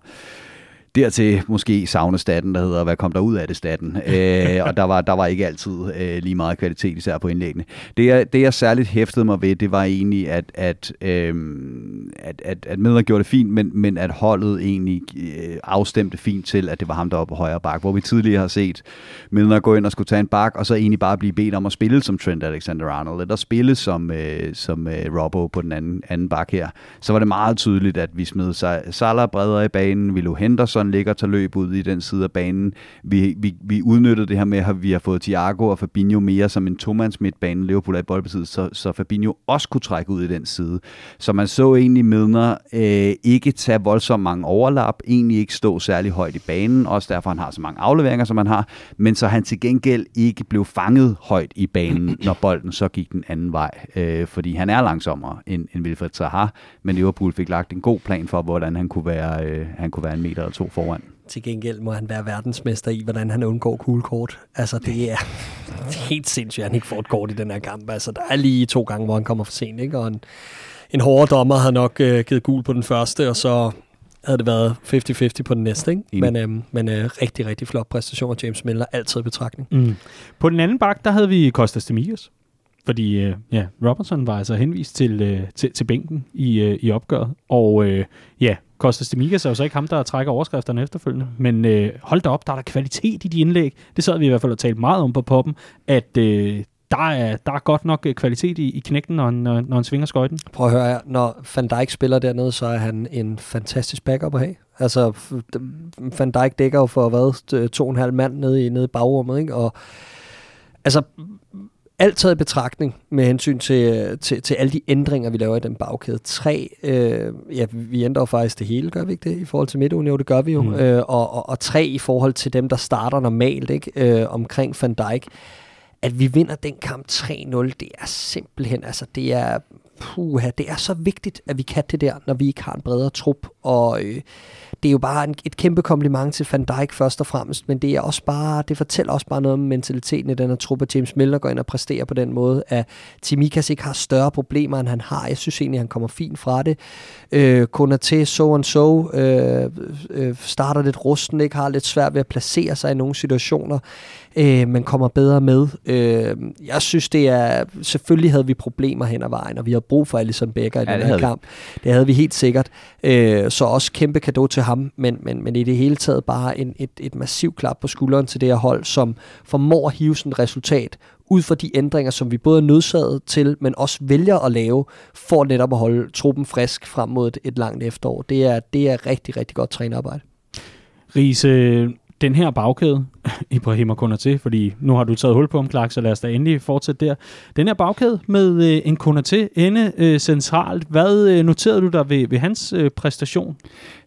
dertil måske savne staten, der hedder, hvad kom der ud af det staten? øh, og der var, der var ikke altid øh, lige meget kvalitet, især på indlæggene. Det jeg, det, jeg særligt hæftede mig ved, det var egentlig, at, at, øh, at, at, at Milner gjorde det fint, men, men at holdet egentlig øh, afstemte fint til, at det var ham, der var på højre bak, hvor vi tidligere har set Milner gå ind og skulle tage en bak, og så egentlig bare blive bedt om at spille som Trent Alexander-Arnold, eller spille som, øh, som øh, Robbo på den anden, anden bak her. Så var det meget tydeligt, at vi smed Salah bredere i banen, Willow Henderson ligger og tager løb ud i den side af banen. Vi, vi, vi udnyttede det her med, at vi har fået Thiago og Fabinho mere som en tomands midtbane. Liverpool er i boldbesiddelse, så, så Fabinho også kunne trække ud i den side. Så man så egentlig Milner øh, ikke tage voldsomt mange overlap, egentlig ikke stå særlig højt i banen, også derfor han har så mange afleveringer, som han har, men så han til gengæld ikke blev fanget højt i banen, når bolden så gik den anden vej, øh, fordi han er langsommere end, end Wilfried Zaha, men Liverpool fik lagt en god plan for, hvordan han kunne være, øh, han kunne være en meter eller to foran. Til gengæld må han være verdensmester i, hvordan han undgår kuglekort. Altså, det er helt sindssygt, at han ikke får et kort i den her kamp. Altså, der er lige to gange, hvor han kommer for sent, ikke? Og en, en hårdere dommer havde nok øh, givet gul på den første, og så havde det været halvtreds halvtreds på den næste, ikke? Men, øh, men øh, rigtig, rigtig flot præstation af James Milner, altid i betragtning. Mm. På den anden bak, der havde vi Kostas Demigas. Fordi øh, ja, Robertson var altså henvist til, øh, til, til bænken i, øh, i opgøret. Og øh, ja, Kostas Demigas er jo så ikke ham, der trækker overskrifterne efterfølgende. Men øh, hold da op, der er der kvalitet i de indlæg. Det sad vi i hvert fald og talte meget om på poppen, at øh, der, er, der er godt nok kvalitet i, i knægten, når han, når han svinger skøjten. Prøv at høre her, når Van Dijk spiller dernede, så er han en fantastisk backup at have. Altså, Van Dijk dækker jo for hvad, to og en halv mand nede i, nede i bagrummet, ikke? Og altså, alt taget i betragtning med hensyn til, til, til alle de ændringer, vi laver i den bagkæde. Tre, øh, ja, vi ændrer jo faktisk det hele, gør vi ikke det, i forhold til midtugen? Jo, det gør vi jo. Mm. Øh, og, og, og tre i forhold til dem, der starter normalt, ikke? Øh, omkring Van Dijk. At vi vinder den kamp tre nul, det er simpelthen, altså det er, puha, det er så vigtigt, at vi kan det der, når vi ikke har en bredere trup, og øh, det er jo bare en, et kæmpe kompliment til Van Dijk først og fremmest, men det er også bare, det fortæller også bare noget om mentaliteten i den her trup, at James Milner går ind og præsterer på den måde, at Tsimikas ikke har større problemer, end han har. Jeg synes egentlig, han kommer fint fra det. Øh, Konaté, so and so, øh, øh, starter lidt rusten, ikke har lidt svært ved at placere sig i nogle situationer, øh, men kommer bedre med. Øh, jeg synes, det er, selvfølgelig havde vi problemer hen ad vejen, og vi har brug for Alisson Becker i ja, den her kamp. Det havde vi helt sikkert. Øh, så også kæmpe cadeau til ham, men, men, men i det hele taget bare en, et, et massivt klap på skulderen til det her hold, som formår at hive sådan et resultat ud fra de ændringer, som vi både er nødsaget til, men også vælger at lave, for netop at holde truppen frisk frem mod et, et langt efterår. Det er, det er rigtig, rigtig godt trænerarbejde. Riese, den her bagkæde, Ibrahima Konaté, fordi nu har du taget hul på ham, Clark, så lad os da endelig fortsætte der. Den her bagkæde med øh, en Konaté inde øh, centralt. Hvad øh, noterede du der ved, ved hans øh, præstation?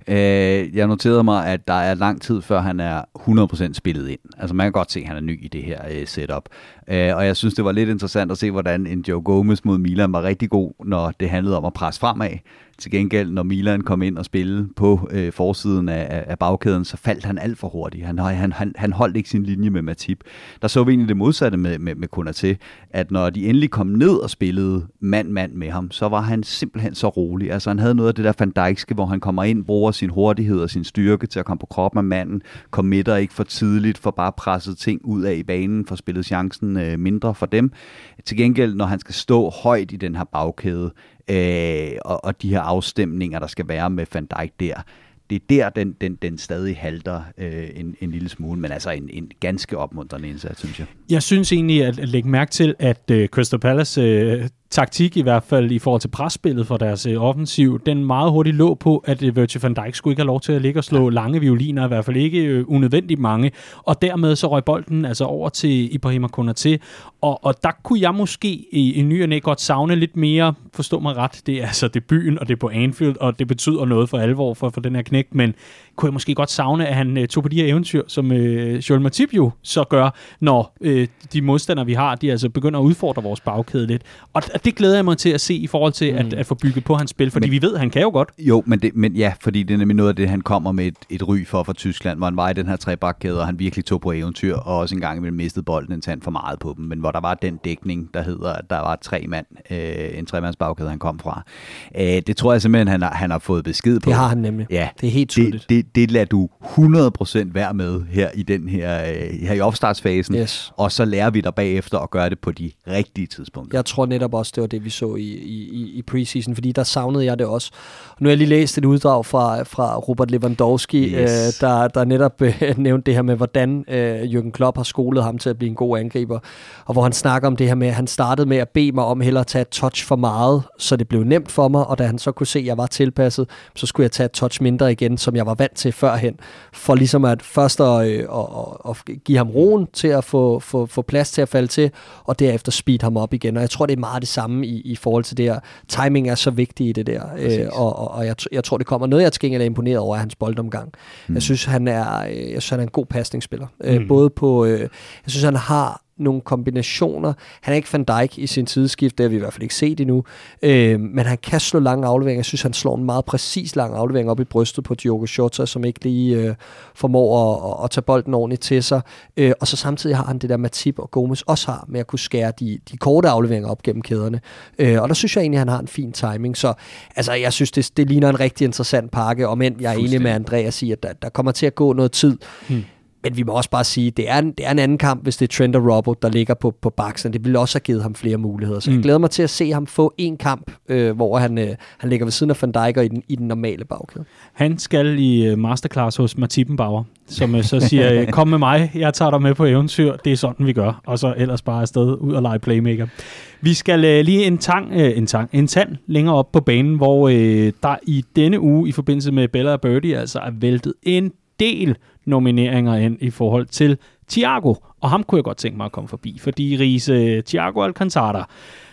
Øh, jeg noterede mig, at der er lang tid før han er hundrede procent spillet ind. Altså man kan godt se, at han er ny i det her øh, setup. Øh, og jeg synes, det var lidt interessant at se, hvordan en Joe Gomez mod Milan var rigtig god, når det handlede om at presse fremad. Til gengæld, når Milan kom ind og spillede på øh, forsiden af, af bagkæden, så faldt han alt for hurtigt. Han, han, han, han holdt ikke sin linje med Matip. Der så vi egentlig det modsatte med, med, med Konaté, at når de endelig kom ned og spillede mand-mand med ham, så var han simpelthen så rolig. Altså han havde noget af det der Van Dijkske, hvor han kommer ind, bruger sin hurtighed og sin styrke til at komme på kroppen af manden, committer ikke for tidligt, for bare presset ting ud af i banen, for spillet chancen øh, mindre for dem. Til gengæld, når han skal stå højt i den her bagkæde, Øh, og, og de her afstemninger, der skal være med Van Dijk der, det er der, den, den, den stadig halter øh, en, en lille smule, men altså en, en ganske opmuntrende indsats, synes jeg. Jeg synes egentlig at, at lægge mærke til, at øh, Crystal Palace øh, taktik i hvert fald i forhold til presspillet for deres øh, offensiv, den meget hurtigt lå på, at øh, Virgil van Dijk skulle ikke have lov til at ligge og slå lange violiner, i hvert fald ikke øh, unødvendigt mange, og dermed så røg bolden altså over til Ibrahima Konaté, og, og der kunne jeg måske i, i ny og næ godt savne lidt mere, forstå mig ret, det er altså debuten, og det er på Anfield, og det betyder noget for alvor for, for den her knægt, men kunne jeg måske godt savne, at han øh, tog på de her eventyr, som øh, Joel Matip jo så gør, når øh, de modstandere, vi har, de altså begynder at udfordre vores bagkæde lidt. Og det glæder jeg mig til at se i forhold til mm. at, at få bygget på hans spil, fordi men, vi ved, at han kan jo godt. Jo, men, det, men ja, fordi det er nemlig noget af det, han kommer med et, et ry for fra Tyskland, hvor han var i den her trebakkæde, og han virkelig tog på eventyr, og også en gang imellem mistede bolden en tand for meget på dem, men hvor der var den dækning, der hedder, at der var tre mand, øh, en tremandsbagkæde, han kom fra. Øh, det tror jeg simpelthen, han har, han har fået besked på. Det har han nemlig. Ja, det er helt tydeligt. Det, det, det lader du hundrede procent være med her i den her, øh, her i opstartsfasen, yes. Og så lærer vi dig bagefter at gøre det på de rigtige tidspunkter. Jeg tror netop også, det var det, vi så i, i, i preseason, fordi der savnede jeg det også. Og nu har jeg lige læst et uddrag fra, fra Robert Lewandowski, yes. øh, der, der netop øh, nævnte det her med, hvordan øh, Jürgen Klopp har skolet ham til at blive en god angriber, og hvor han snakker om det her med, at han startede med at bede mig om hellere at tage et touch for meget, så det blev nemt for mig, og da han så kunne se, at jeg var tilpasset, så skulle jeg tage et touch mindre igen, som jeg var vant til førhen, for ligesom at først at, øh, at, at give ham roen til at få, få, få plads til at falde til, og derefter speed ham op igen. Og jeg tror, det er meget det samme i, i forhold til det her. Timing er så vigtig i det der, øh, og, og, og jeg, jeg tror, det kommer noget, jeg til gengæld er imponeret over, af hans boldomgang. Mm. Jeg synes, han er, jeg synes, han er en god pasningsspiller. Mm. Øh, både på, øh, jeg synes, han har nogle kombinationer. Han er ikke Van Dijk i sin tidsskift, det har vi i hvert fald ikke set endnu, øh, men han kan slå lange afleveringer. Jeg synes, han slår en meget præcis lang aflevering op i brystet på Diogo Jota, som ikke lige øh, formår at, at tage bolden ordentligt til sig. Øh, og så samtidig har han det der Matip og Gomez også har, med at kunne skære de, de korte afleveringer op gennem kæderne. Øh, og der synes jeg egentlig, at han har en fin timing. Så altså, jeg synes, det, det ligner en rigtig interessant pakke, og men jeg er enig med Andreas i, at der, der kommer til at gå noget tid. Hmm. Men vi må også bare sige, det er en, det er en anden kamp, hvis det er Trent og Robbo, der ligger på, på baksen. Det ville også have givet ham flere muligheder. Så mm. jeg glæder mig til at se ham få en kamp, øh, hvor han, øh, han ligger ved siden af Van Dijk i den, i den normale bagkæde. Han skal i uh, masterclass hos Matippenbauer, som uh, så siger, kom med mig, jeg tager dig med på eventyr. Det er sådan, vi gør. Og så ellers bare afsted ud og lege playmaker. Vi skal uh, lige en tang, uh, en tang, en tand længere op på banen, hvor uh, der i denne uge i forbindelse med Bella og Birdie altså er væltet en del nomineringer ind i forhold til Thiago, og ham kunne jeg godt tænke mig at komme forbi, fordi Riese, Thiago Alcantara,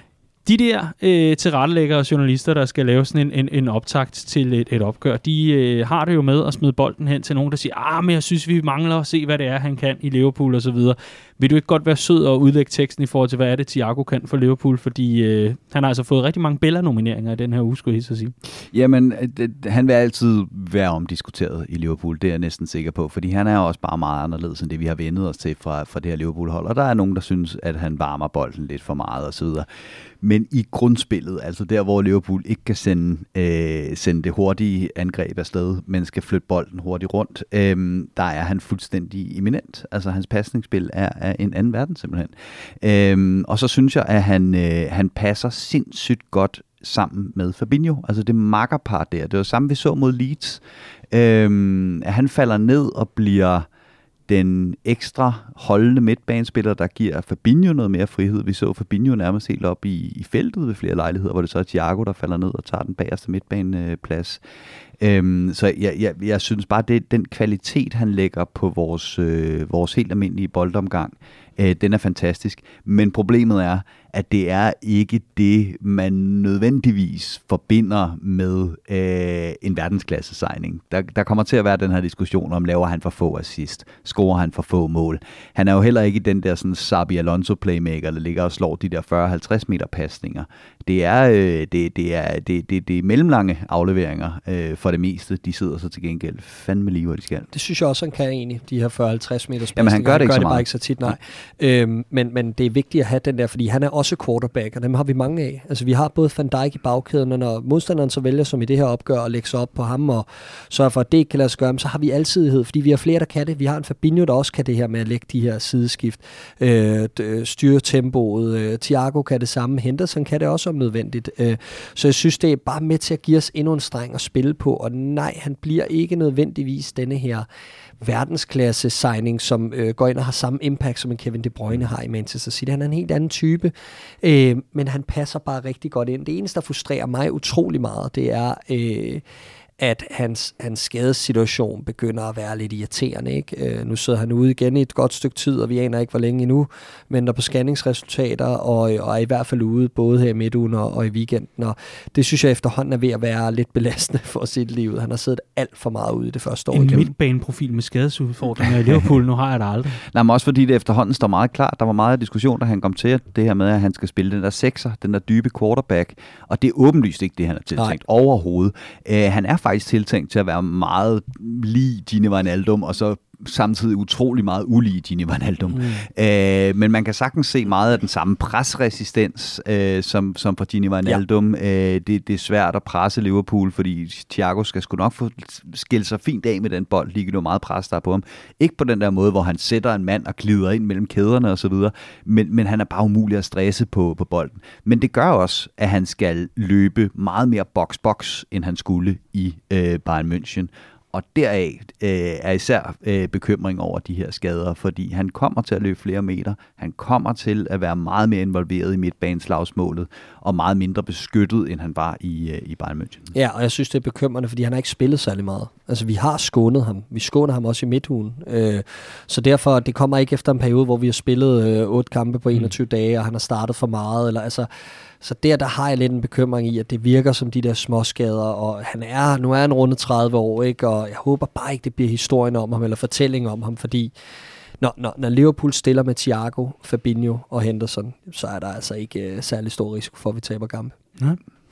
de der øh, tilrettelæggere og journalister, der skal lave sådan en, en, en optakt til et, et opgør, de øh, har det jo med at smide bolden hen til nogen, der siger, ah, men jeg synes, vi mangler at se, hvad det er, han kan i Liverpool og så videre. Vil du ikke godt være sød og udlægge teksten i forhold til, hvad er det, Thiago kan for Liverpool? Fordi øh, han har altså fået rigtig mange Bella-nomineringer i den her uge, skulle jeg så sige. Jamen, det, han vil altid være omdiskuteret i Liverpool, det er jeg næsten sikker på, fordi han er også bare meget anderledes end det, vi har vendet os til fra, fra det her Liverpool-hold. Og der er nogen, der synes, at han varmer bolden lidt for meget og så videre. Men i grundspillet, altså der, hvor Liverpool ikke kan sende, øh, sende det hurtige angreb afsted, men skal flytte bolden hurtigt rundt, øh, der er han fuldstændig eminent. Altså hans pasningsspil er, er en anden verden simpelthen. Øh, og så synes jeg, at han, øh, han passer sindssygt godt sammen med Fabinho. Altså det makkerpar der. Det var samme, vi så mod Leeds. Øh, at han falder ned og bliver den ekstra holdende midtbanespiller, der giver Fabinho noget mere frihed. Vi så Fabinho nærmest helt op i, i feltet ved flere lejligheder, hvor det så er Thiago, der falder ned og tager den bagerste midtbaneplads. Øhm, så jeg, jeg, jeg synes bare, det den kvalitet, han lægger på vores, øh, vores helt almindelige boldomgang, øh, den er fantastisk. Men problemet er, at det er ikke det, man nødvendigvis forbinder med øh, en verdensklasse-signing. Der, der kommer til at være den her diskussion om, laver han for få assist, scorer han for få mål. Han er jo heller ikke den der sådan Xabi Alonso-playmaker, der ligger og slår de der fyrre til halvtreds meter pasninger. Det er, øh, det, det er, det, det, det er mellemlange afleveringer øh, for det meste. De sidder så til gengæld fandme lige, hvor de skal. Det synes jeg også, han kan egentlig, de her fyrre til halvtreds meters pasninger. Jamen, han gør det, han ikke, gør så det meget. bare ikke så tit, nej. Ja. Øhm, men, men det er vigtigt at have den der, fordi han er også quarterback, og dem har vi mange af. Altså, vi har både Van Dijk i bagkæden, og når modstanderen så vælger, som i det her opgør, at lægge sig op på ham og sørge for, at det ikke kan lade sig gøre, så har vi alsidighed, fordi vi har flere, der kan det. Vi har en Fabinho, der også kan det her med at lægge de her sideskift, øh, styre tempoet. Øh, Thiago kan det samme, Henderson kan det også om nødvendigt. Øh, så jeg synes, det er bare med til at give os endnu en streng at spille på, og nej, han bliver ikke nødvendigvis denne her verdensklasse signing, som øh, går ind og har samme impact, som en Kevin De Bruyne har i Manchester City. Han er en helt anden type, øh, men han passer bare rigtig godt ind. Det eneste, der frustrerer mig utrolig meget, det er, øh, at hans, hans skadessituation begynder at være lidt irriterende. Ikke? Øh, nu sidder han ude igen i et godt stykke tid, og vi aner ikke, hvor længe endnu, men der på scanningsresultater, og, og er i hvert fald ude, både her i midtugen og, og i weekenden. Og det synes jeg efterhånden er ved at være lidt belastende for sit liv. Han har siddet alt for meget ude i det første år. En midtbaneprofil med skadesudfordringer i Liverpool, nu har jeg det aldrig. Nej, men også fordi det efterhånden står meget klart. Der var meget diskussion, da han kom til det her med, at han skal spille den der sekser, den der dybe quarterback, og det er åbenlyst ikke det, han er tiltænkt. Nej. Overhovedet. Uh, han er faktisk tiltænkt til at være meget lige Gini Wijnaldum, og så samtidig utrolig meget ulige Gini Wijnaldum. Mm. Øh, men man kan sagtens se meget af den samme presresistens, øh, som, som for Gini Wijnaldum. Ja. Øh, det, det er svært at presse Liverpool, fordi Thiago skal sgu nok få skille sig fint af med den bold, lige nu meget pres der på ham. Ikke på den der måde, hvor han sætter en mand og glider ind mellem kæderne og så videre, men, men han er bare umulig at stresse på, på bolden. Men det gør også, at han skal løbe meget mere box-box, end han skulle i øh, Bayern München. Og deraf øh, er især øh, bekymring over de her skader, fordi han kommer til at løbe flere meter, han kommer til at være meget mere involveret i midtbaneslagsmålet, og meget mindre beskyttet, end han var i, øh, i Bayern München. Ja, og jeg synes, det er bekymrende, fordi han har ikke spillet særlig meget. Altså, vi har skånet ham. Vi skåner ham også i midtugen. Øh, så derfor, det kommer ikke efter en periode, hvor vi har spillet øh, otte kampe på enogtyve mm. dage, og han har startet for meget, eller altså... Så der, der har jeg lidt en bekymring i, at det virker som de der småskader, og han er, nu er han rundet tredive år, ikke? Og jeg håber bare ikke, det bliver historien om ham, eller fortælling om ham, fordi når, når, når Liverpool stiller med Thiago, Fabinho og Henderson, så er der altså ikke uh, særlig stor risiko for, at vi taber kampe. Ja.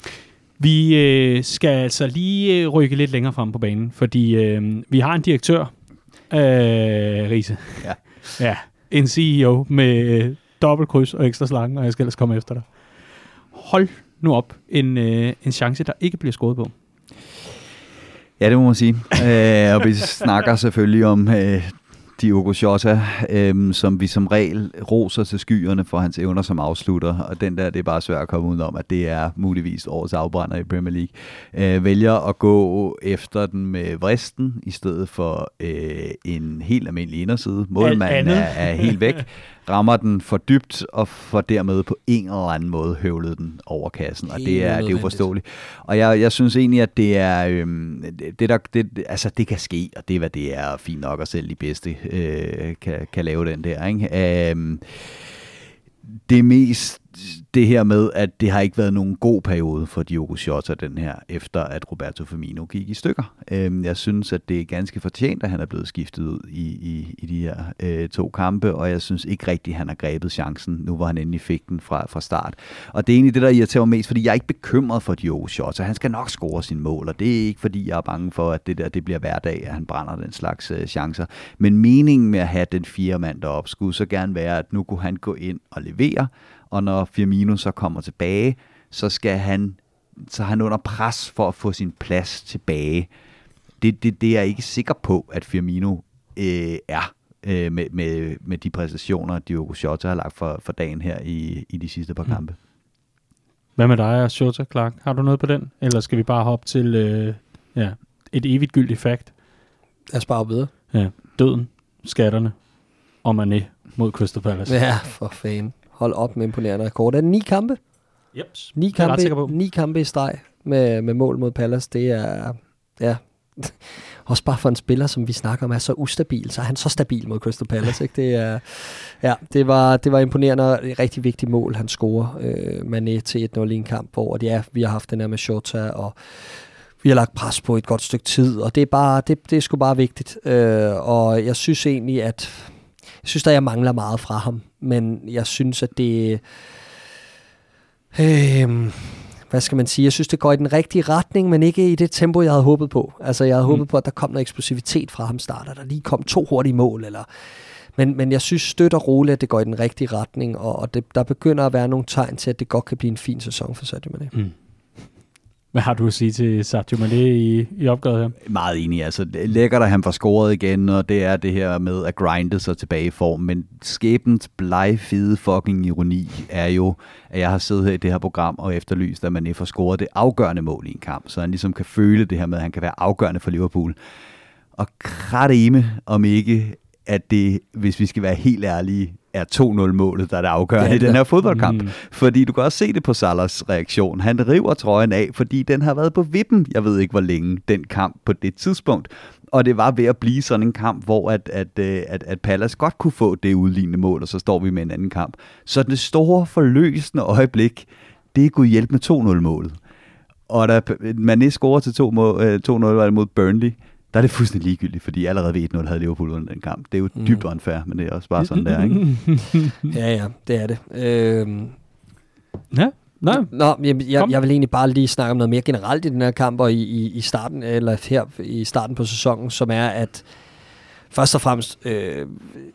Vi øh, skal altså lige rykke lidt længere frem på banen, fordi øh, vi har en direktør, øh, Riese. Ja. Ja, en C E O med øh, dobbelt kryds og ekstra slange, og jeg skal ellers komme efter dig. Hold nu op en, øh, en chance, der ikke bliver skåret på. Ja, det må man sige. øh, og vi snakker selvfølgelig om øh, Diogo Jota, øh, som vi som regel roser til skyerne for hans evner som afslutter. Og den der, det er bare svært at komme ud om, at det er muligvis årets afbrænder i Premier League. Øh, vælger at gå efter den med vristen, i stedet for øh, en helt almindelig inderside. Målmanden er, er helt væk. Rammer den for dybt, og får dermed på en eller anden måde høvlet den over kassen, og det er, det er uforståeligt. Og jeg, jeg synes egentlig, at det er, øhm, det, der, det, altså det kan ske, og det er, hvad det er, fint nok, og selv de bedste øh, kan, kan lave den der, ikke? Øhm, det mest det her med, at det har ikke været nogen god periode for Diogo Jota, den her, efter at Roberto Firmino gik i stykker. Øhm, jeg synes, at det er ganske fortjent, at han er blevet skiftet ud i, i, i de her øh, to kampe, og jeg synes ikke rigtigt, at han har grebet chancen, nu hvor han endelig fik den fra, fra start. Og det er egentlig det, der irriterer mig mest, fordi jeg er ikke bekymret for Diogo Jota. Han skal nok score sine mål, og det er ikke, fordi jeg er bange for, at det der det bliver hverdag, at han brænder den slags øh, chancer. Men meningen med at have den fire mand deroppe skulle så gerne være, at nu kunne han gå ind og levere, og når Firmino så kommer tilbage, så skal han, så er han under pres for at få sin plads tilbage. Det, det, det er jeg ikke sikker på, at Firmino øh, er øh, med, med, med de præstationer, Diogo Jota har lagt for, for dagen her i, i de sidste par kampe. Hvad med dig, Jota, Clark? Har du noget på den? Eller skal vi bare hoppe til øh, ja, et evigt gyldigt fakt? Lad os bare videre. Ja, døden, skatterne og Mané mod Crystal Palace. Ja, for fanden. Hold op med imponerende rekord. Er det ni kampe? Jeps. Ni kampe, ni kampe i streg med, med mål mod Palace. Det er, ja, også bare for en spiller, som vi snakker om, er så ustabil, så er han så stabil mod Crystal Palace. Ikke? Det, er, ja, det, var, det var imponerende og et rigtig vigtigt mål, han scorer. Øh, Mané til et nul i en kamp, hvor ja, vi har haft den her med Shota, og vi har lagt pres på et godt stykke tid, og det er, bare, det, det er sgu bare vigtigt. Øh, og jeg synes egentlig, at jeg synes, at jeg mangler meget fra ham, men jeg synes, at det... Øh, hvad skal man sige? Jeg synes, det går i den rigtige retning, men ikke i det tempo, jeg havde håbet på. Altså, jeg havde mm. håbet på, at der kom noget eksplosivitet fra ham starter. Der lige kom to hurtige mål, eller... Men, men jeg synes støt og roligt, at det går i den rigtige retning, og, og det, der begynder at være nogle tegn til, at det godt kan blive en fin sæson for Sadio Mané. Mm. Hvad har du at sige til Sadio Mané i, i opgøret her? Meget enig. Altså, det er lækkert, at han får scoret igen, og det er det her med at grinde sig tilbage i form. Men skæbens blegfede fucking ironi er jo, at jeg har siddet her i det her program og efterlyst, at Mané får scoret det afgørende mål i en kamp, så han ligesom kan føle det her med, at han kan være afgørende for Liverpool. Og kratteme om ikke, at det, hvis vi skal være helt ærlige, er to nul-målet, der er det afgørende ja, i den her fodboldkamp. Mm. Fordi du kan også se det på Salahs reaktion. Han river trøjen af, fordi den har været på vippen, jeg ved ikke hvor længe, den kamp på det tidspunkt. Og det var ved at blive sådan en kamp, hvor at, at, at, at Palace godt kunne få det udlignende mål, og så står vi med en anden kamp. Så det store forløsende øjeblik, det er gået hjælp med to nul-målet. Og da Mané scorer til to nul mod Burnley, der er det fuldstændig ligegyldigt, fordi allerede ved et nul havde Liverpool under den kamp. Det er jo mm. dybt unfair, men det er også bare sådan der, ikke? ja, ja, det er det. Øhm. Ja, nej. Nå, jeg, jeg, jeg vil egentlig bare lige snakke om noget mere generelt i den her kamp, og i, i, i starten, eller her i starten på sæsonen, som er, at først og fremmest øh,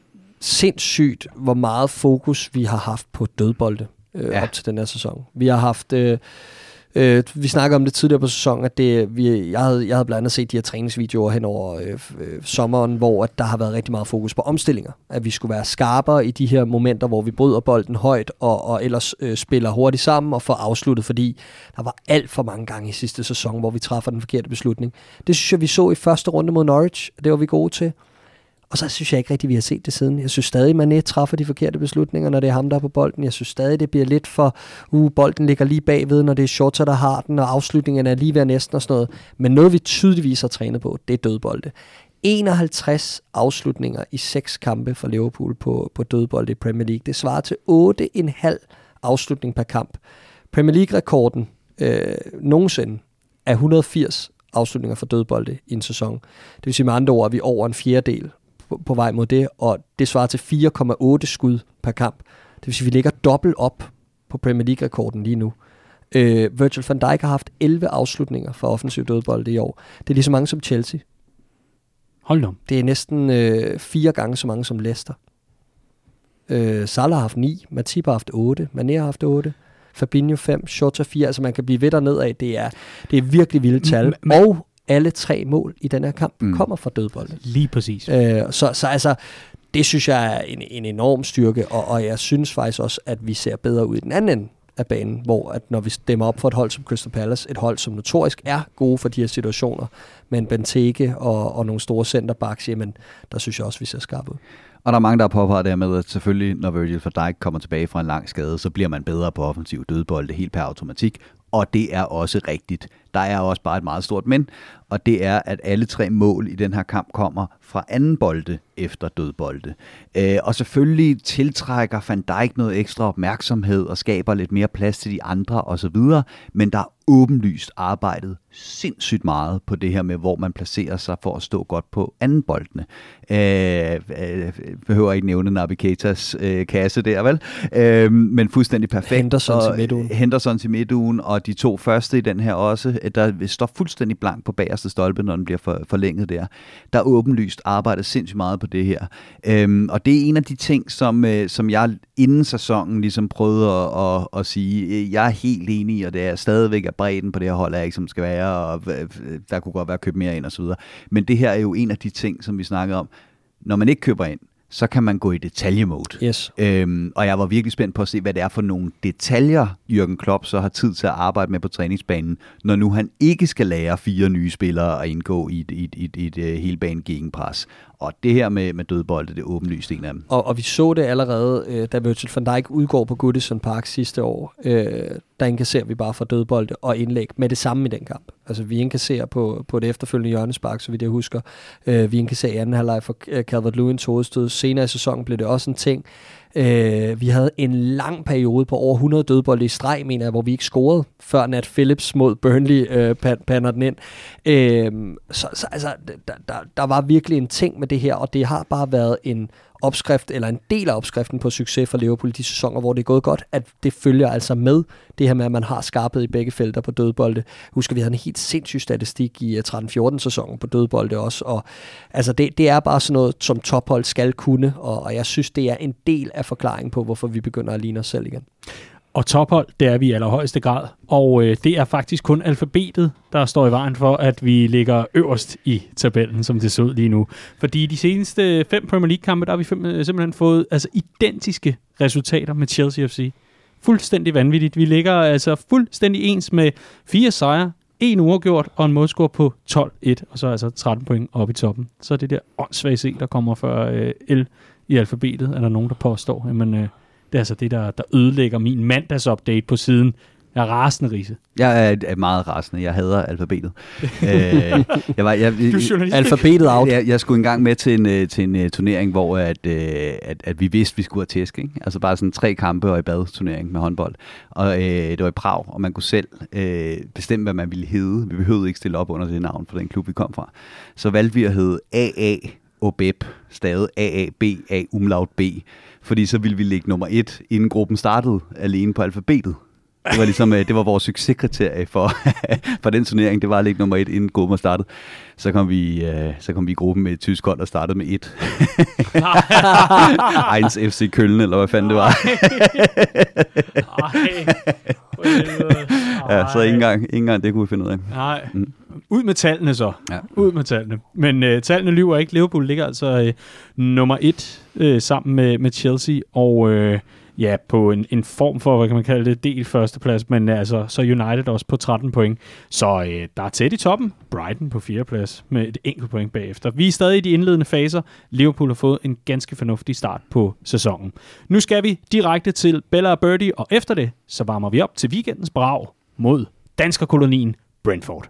sindssygt, hvor meget fokus vi har haft på dødbolde øh, ja. op til den her sæson. Vi har haft... Øh, Øh, vi snakker om det tidligere på sæsonen, at det, vi, jeg, havde, jeg havde blandt andet set de her træningsvideoer hen over øh, øh, sommeren, hvor at der har været rigtig meget fokus på omstillinger. At vi skulle være skarpere i de her momenter, hvor vi bryder bolden højt og, og ellers øh, spiller hurtigt sammen og får afsluttet, fordi der var alt for mange gange i sidste sæson, hvor vi træffer den forkerte beslutning. Det synes jeg, vi så i første runde mod Norwich. Det var vi gode til. Og så synes jeg ikke rigtig, vi har set det siden. Jeg synes stadig, Mané træffer de forkerte beslutninger, når det er ham, der er på bolden. Jeg synes stadig, det bliver lidt for, uh, bolden ligger lige bagved, når det er Shota, der har den, og afslutningen er lige ved næsten og sådan noget. Men noget, vi tydeligvis har trænet på, det er dødbolde. enoghalvtreds afslutninger i seks kampe for Liverpool på, på dødbolde i Premier League. Det svarer til otte komma fem afslutning per kamp. Premier League-rekorden øh, nogensinde er et hundrede og firs afslutninger for dødbolde i en sæson. Det vil sige med andre ord, at vi er over en fjerdedel på, på vej mod det, og det svarer til fire komma otte skud per kamp. Det vil sige, at vi ligger dobbelt op på Premier League-rekorden lige nu. Øh, Virgil van Dijk har haft elleve afslutninger for offensiv dødbolde i år. Det er lige så mange som Chelsea. Hold nu. Det er næsten øh, fire gange så mange som Leicester. Øh, Salah har haft ni, Matip har haft otte, Mané har haft otte, Fabinho fem, Shota fire, altså man kan blive ved derned af. Det er, det er virkelig vilde tal. M- og alle tre mål i den her kamp mm. kommer fra dødbolde. Lige præcis. Øh, så, så altså, det synes jeg er en, en enorm styrke, og, og jeg synes faktisk også, at vi ser bedre ud i den anden ende af banen, hvor at når vi stemmer op for et hold som Crystal Palace, et hold som notorisk er gode for de her situationer, men Benteke og, og nogle store centerbacks, jamen, der synes jeg også, vi ser skarpe ud. Og der er mange, der påpeger det med, at selvfølgelig, når Virgil van Dijk kommer tilbage fra en lang skade, så bliver man bedre på offensiv dødbolde helt per automatik, og det er også rigtigt. Der er også bare et meget stort men, og det er, at alle tre mål i den her kamp kommer fra anden bolde efter dødbolde. Øh, og selvfølgelig tiltrækker Van Dijk noget ekstra opmærksomhed og skaber lidt mere plads til de andre osv., men der er åbenlyst arbejdet sindssygt meget på det her med, hvor man placerer sig for at stå godt på anden boldene. Øh, øh, behøver ikke nævne Naby Keitas øh, kasse der, vel? Øh, men fuldstændig perfekt. Henderson til midtugen. Henderson til midtugen, og de to første i den her også, der står fuldstændig blank på bagerste stolpe, når den bliver for, forlænget der. Der er åbenlyst arbejdet sindssygt meget på det her. Øhm, og det er en af de ting, som, øh, som jeg inden sæsonen ligesom prøvede at, at, at sige, jeg er helt enig i, og det er stadigvæk at bredden på det her hold er ikke, som skal være, og der kunne godt være købt mere ind og så videre. Men det her er jo en af de ting, som vi snakkede om. Når man ikke køber ind, så kan man gå i detalje-mode. Yes. Øhm, og jeg var virkelig spændt på at se, hvad det er for nogle detaljer, Jürgen Klopp så har tid til at arbejde med på træningsbanen, når nu han ikke skal lære fire nye spillere at indgå i et, et, et, et, et helbane gegenpres. Og det her med, med dødbolde, det er åbenlyst en af dem. Og, og vi så det allerede, øh, da Virgil van Dijk udgår på Goodison Park sidste år. Øh, der indkasserer vi bare fra dødbolde og indlæg med det samme i den kamp. Altså vi indkasserer på, på det efterfølgende hjørnespark, så vidt jeg husker. Uh, vi indkasserer i anden halvleg for uh, Calvert-Lewins hovedstød. Senere i sæsonen blev det også en ting. Uh, vi havde en lang periode på over hundrede dødbolde i streg, mener jeg, hvor vi ikke scorede, før Nat Phillips mod Burnley uh, pander den ind. Uh, så så altså, der, der, der var virkelig en ting med det her, og det har bare været en opskrift, eller en del af opskriften på succes for Liverpool i de sæsoner, hvor det er gået godt, at det følger altså med det her med, at man har skarpet i begge felter på dødbolde. Husker, vi havde en helt sindssyg statistik i tretten fjorten sæsonen på dødbolde også, og altså det, det er bare sådan noget, som tophold skal kunne, og, og jeg synes, det er en del af forklaringen på, hvorfor vi begynder at ligne os selv igen. Og tophold, det er vi i allerhøjeste grad. Og øh, det er faktisk kun alfabetet, der står i vejen for, at vi ligger øverst i tabellen, som det ser ud lige nu. Fordi de seneste fem Premier League-kampe, der har vi fem, simpelthen fået altså, identiske resultater med Chelsea F C. Fuldstændig vanvittigt. Vi ligger altså fuldstændig ens med fire sejre, en uafgjort og en målscore på tolv et, og så altså tretten point oppe i toppen. Så er det der åndssvage C, der kommer før øh, L i alfabetet, er der nogen, der påstår. Jamen, øh, det er altså det, der, der ødelægger min mandagsupdate på siden. Jeg er rasende, Riese. Jeg er, er meget rasende. Jeg hader alfabetet. øh, jeg var, jeg, du er journalist. Alfabetet out. Jeg, jeg skulle engang med til en, til en uh, turnering, hvor at, uh, at, at vi vidste, vi skulle have tæsk. Ikke? Altså bare sådan tre kampe og i bad turnering med håndbold. Og uh, det var i Prag, og man kunne selv uh, bestemme, hvad man ville hedde. Vi behøvede ikke stille op under det navn for den klub, vi kom fra. Så valgte vi at hedde A A Obeb, stavet A A B A umlaut B. Fordi så ville vi ligge nummer et, inden gruppen startede, alene på alfabetet. Det var ligesom, det var vores succeskriterie for, for den turnering. Det var at ligge nummer et, inden gruppen startede. Så kom vi, så kom vi i gruppen med et tysk hold, der startede med et. Eins F C Köln, eller hvad fanden det var. Ja, så ikke engang, ikke engang det kunne vi finde ud af. Nej. Mm. Ud med tallene så. Ja. Ud med tallene. Men uh, tallene lyver ikke. Liverpool ligger altså uh, nummer et uh, sammen med, med Chelsea, og uh, ja, på en, en form for, hvad kan man kalde det, del førsteplads, men uh, altså, så United også på tretten point. Så uh, der er tæt i toppen. Brighton på fjerde plads med et enkelt point bagefter. Vi er stadig i de indledende faser. Liverpool har fået en ganske fornuftig start på sæsonen. Nu skal vi direkte til Bella og Birdie, og efter det, så varmer vi op til weekendens brag mod danskerkolonien Brentford.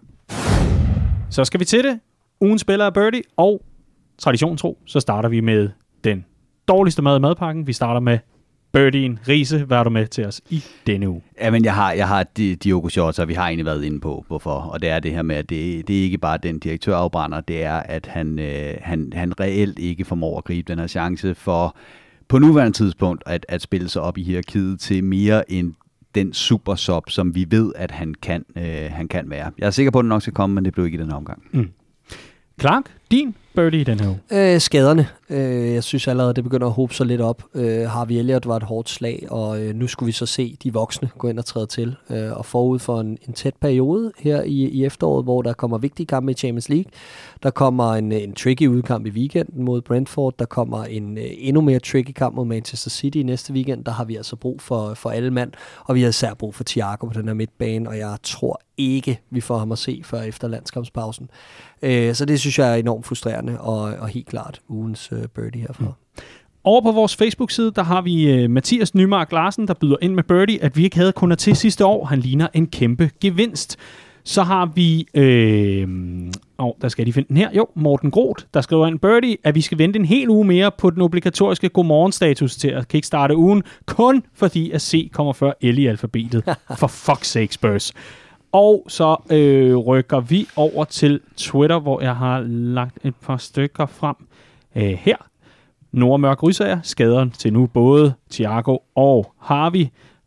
Så skal vi til det. Ugen spiller af Birdie, og tradition tro, så starter vi med den dårligste mad i madpakken. Vi starter med Birdien. Riese, hvad er du med til os i denne uge? Jamen, jeg har, jeg har Diogo Jota, og vi har egentlig været inde på, hvorfor. Og det er det her med, at det, det er ikke bare den direktør afbrænder, det er, at han, øh, han, han reelt ikke formår at gribe den her chance for på nuværende tidspunkt at, at spille sig op i hierarkiet til mere end den super sub, som vi ved, at han kan, øh, han kan være. Jeg er sikker på, at den nok skal komme, men det blev ikke i den her omgang. Mm. Clark, din Birdie i den her uge? Øh, skaderne. Øh, jeg synes allerede, det begynder at hobe sig lidt op. Øh, Harvey Elliott var et hårdt slag, og øh, nu skulle vi så se de voksne gå ind og træde til. Øh, og forud for en, en tæt periode her i, i efteråret, hvor der kommer vigtige kampe i Champions League. Der kommer en, en tricky udkamp i weekenden mod Brentford. Der kommer en uh, endnu mere tricky kamp mod Manchester City i næste weekend. Der har vi altså brug for, for alle mand, og vi har især brug for Thiago på den her midtbane, og jeg tror ikke, vi får ham at se før efter landskampspausen. Uh, så det synes jeg er enormt frustrerende, og, og helt klart ugens uh, birdie herfra. Mm. Over på vores Facebook-side, der har vi uh, Mathias Nymark Larsen, der byder ind med birdie, at vi ikke havde kunder til sidste år. Han ligner en kæmpe gevinst. Så har vi, øh, oh, der skal de finde den her, jo, Morten Groth, der skriver en birdie, at vi skal vente en hel uge mere på den obligatoriske godmorgen-status til at kickstarte ugen, kun fordi at C kommer før L i alfabetet. For fuck's sake, Spurs. Og så øh, rykker vi over til Twitter, hvor jeg har lagt et par stykker frem øh, her. Nora Mørk Rysager skader til nu både Thiago og Harvey.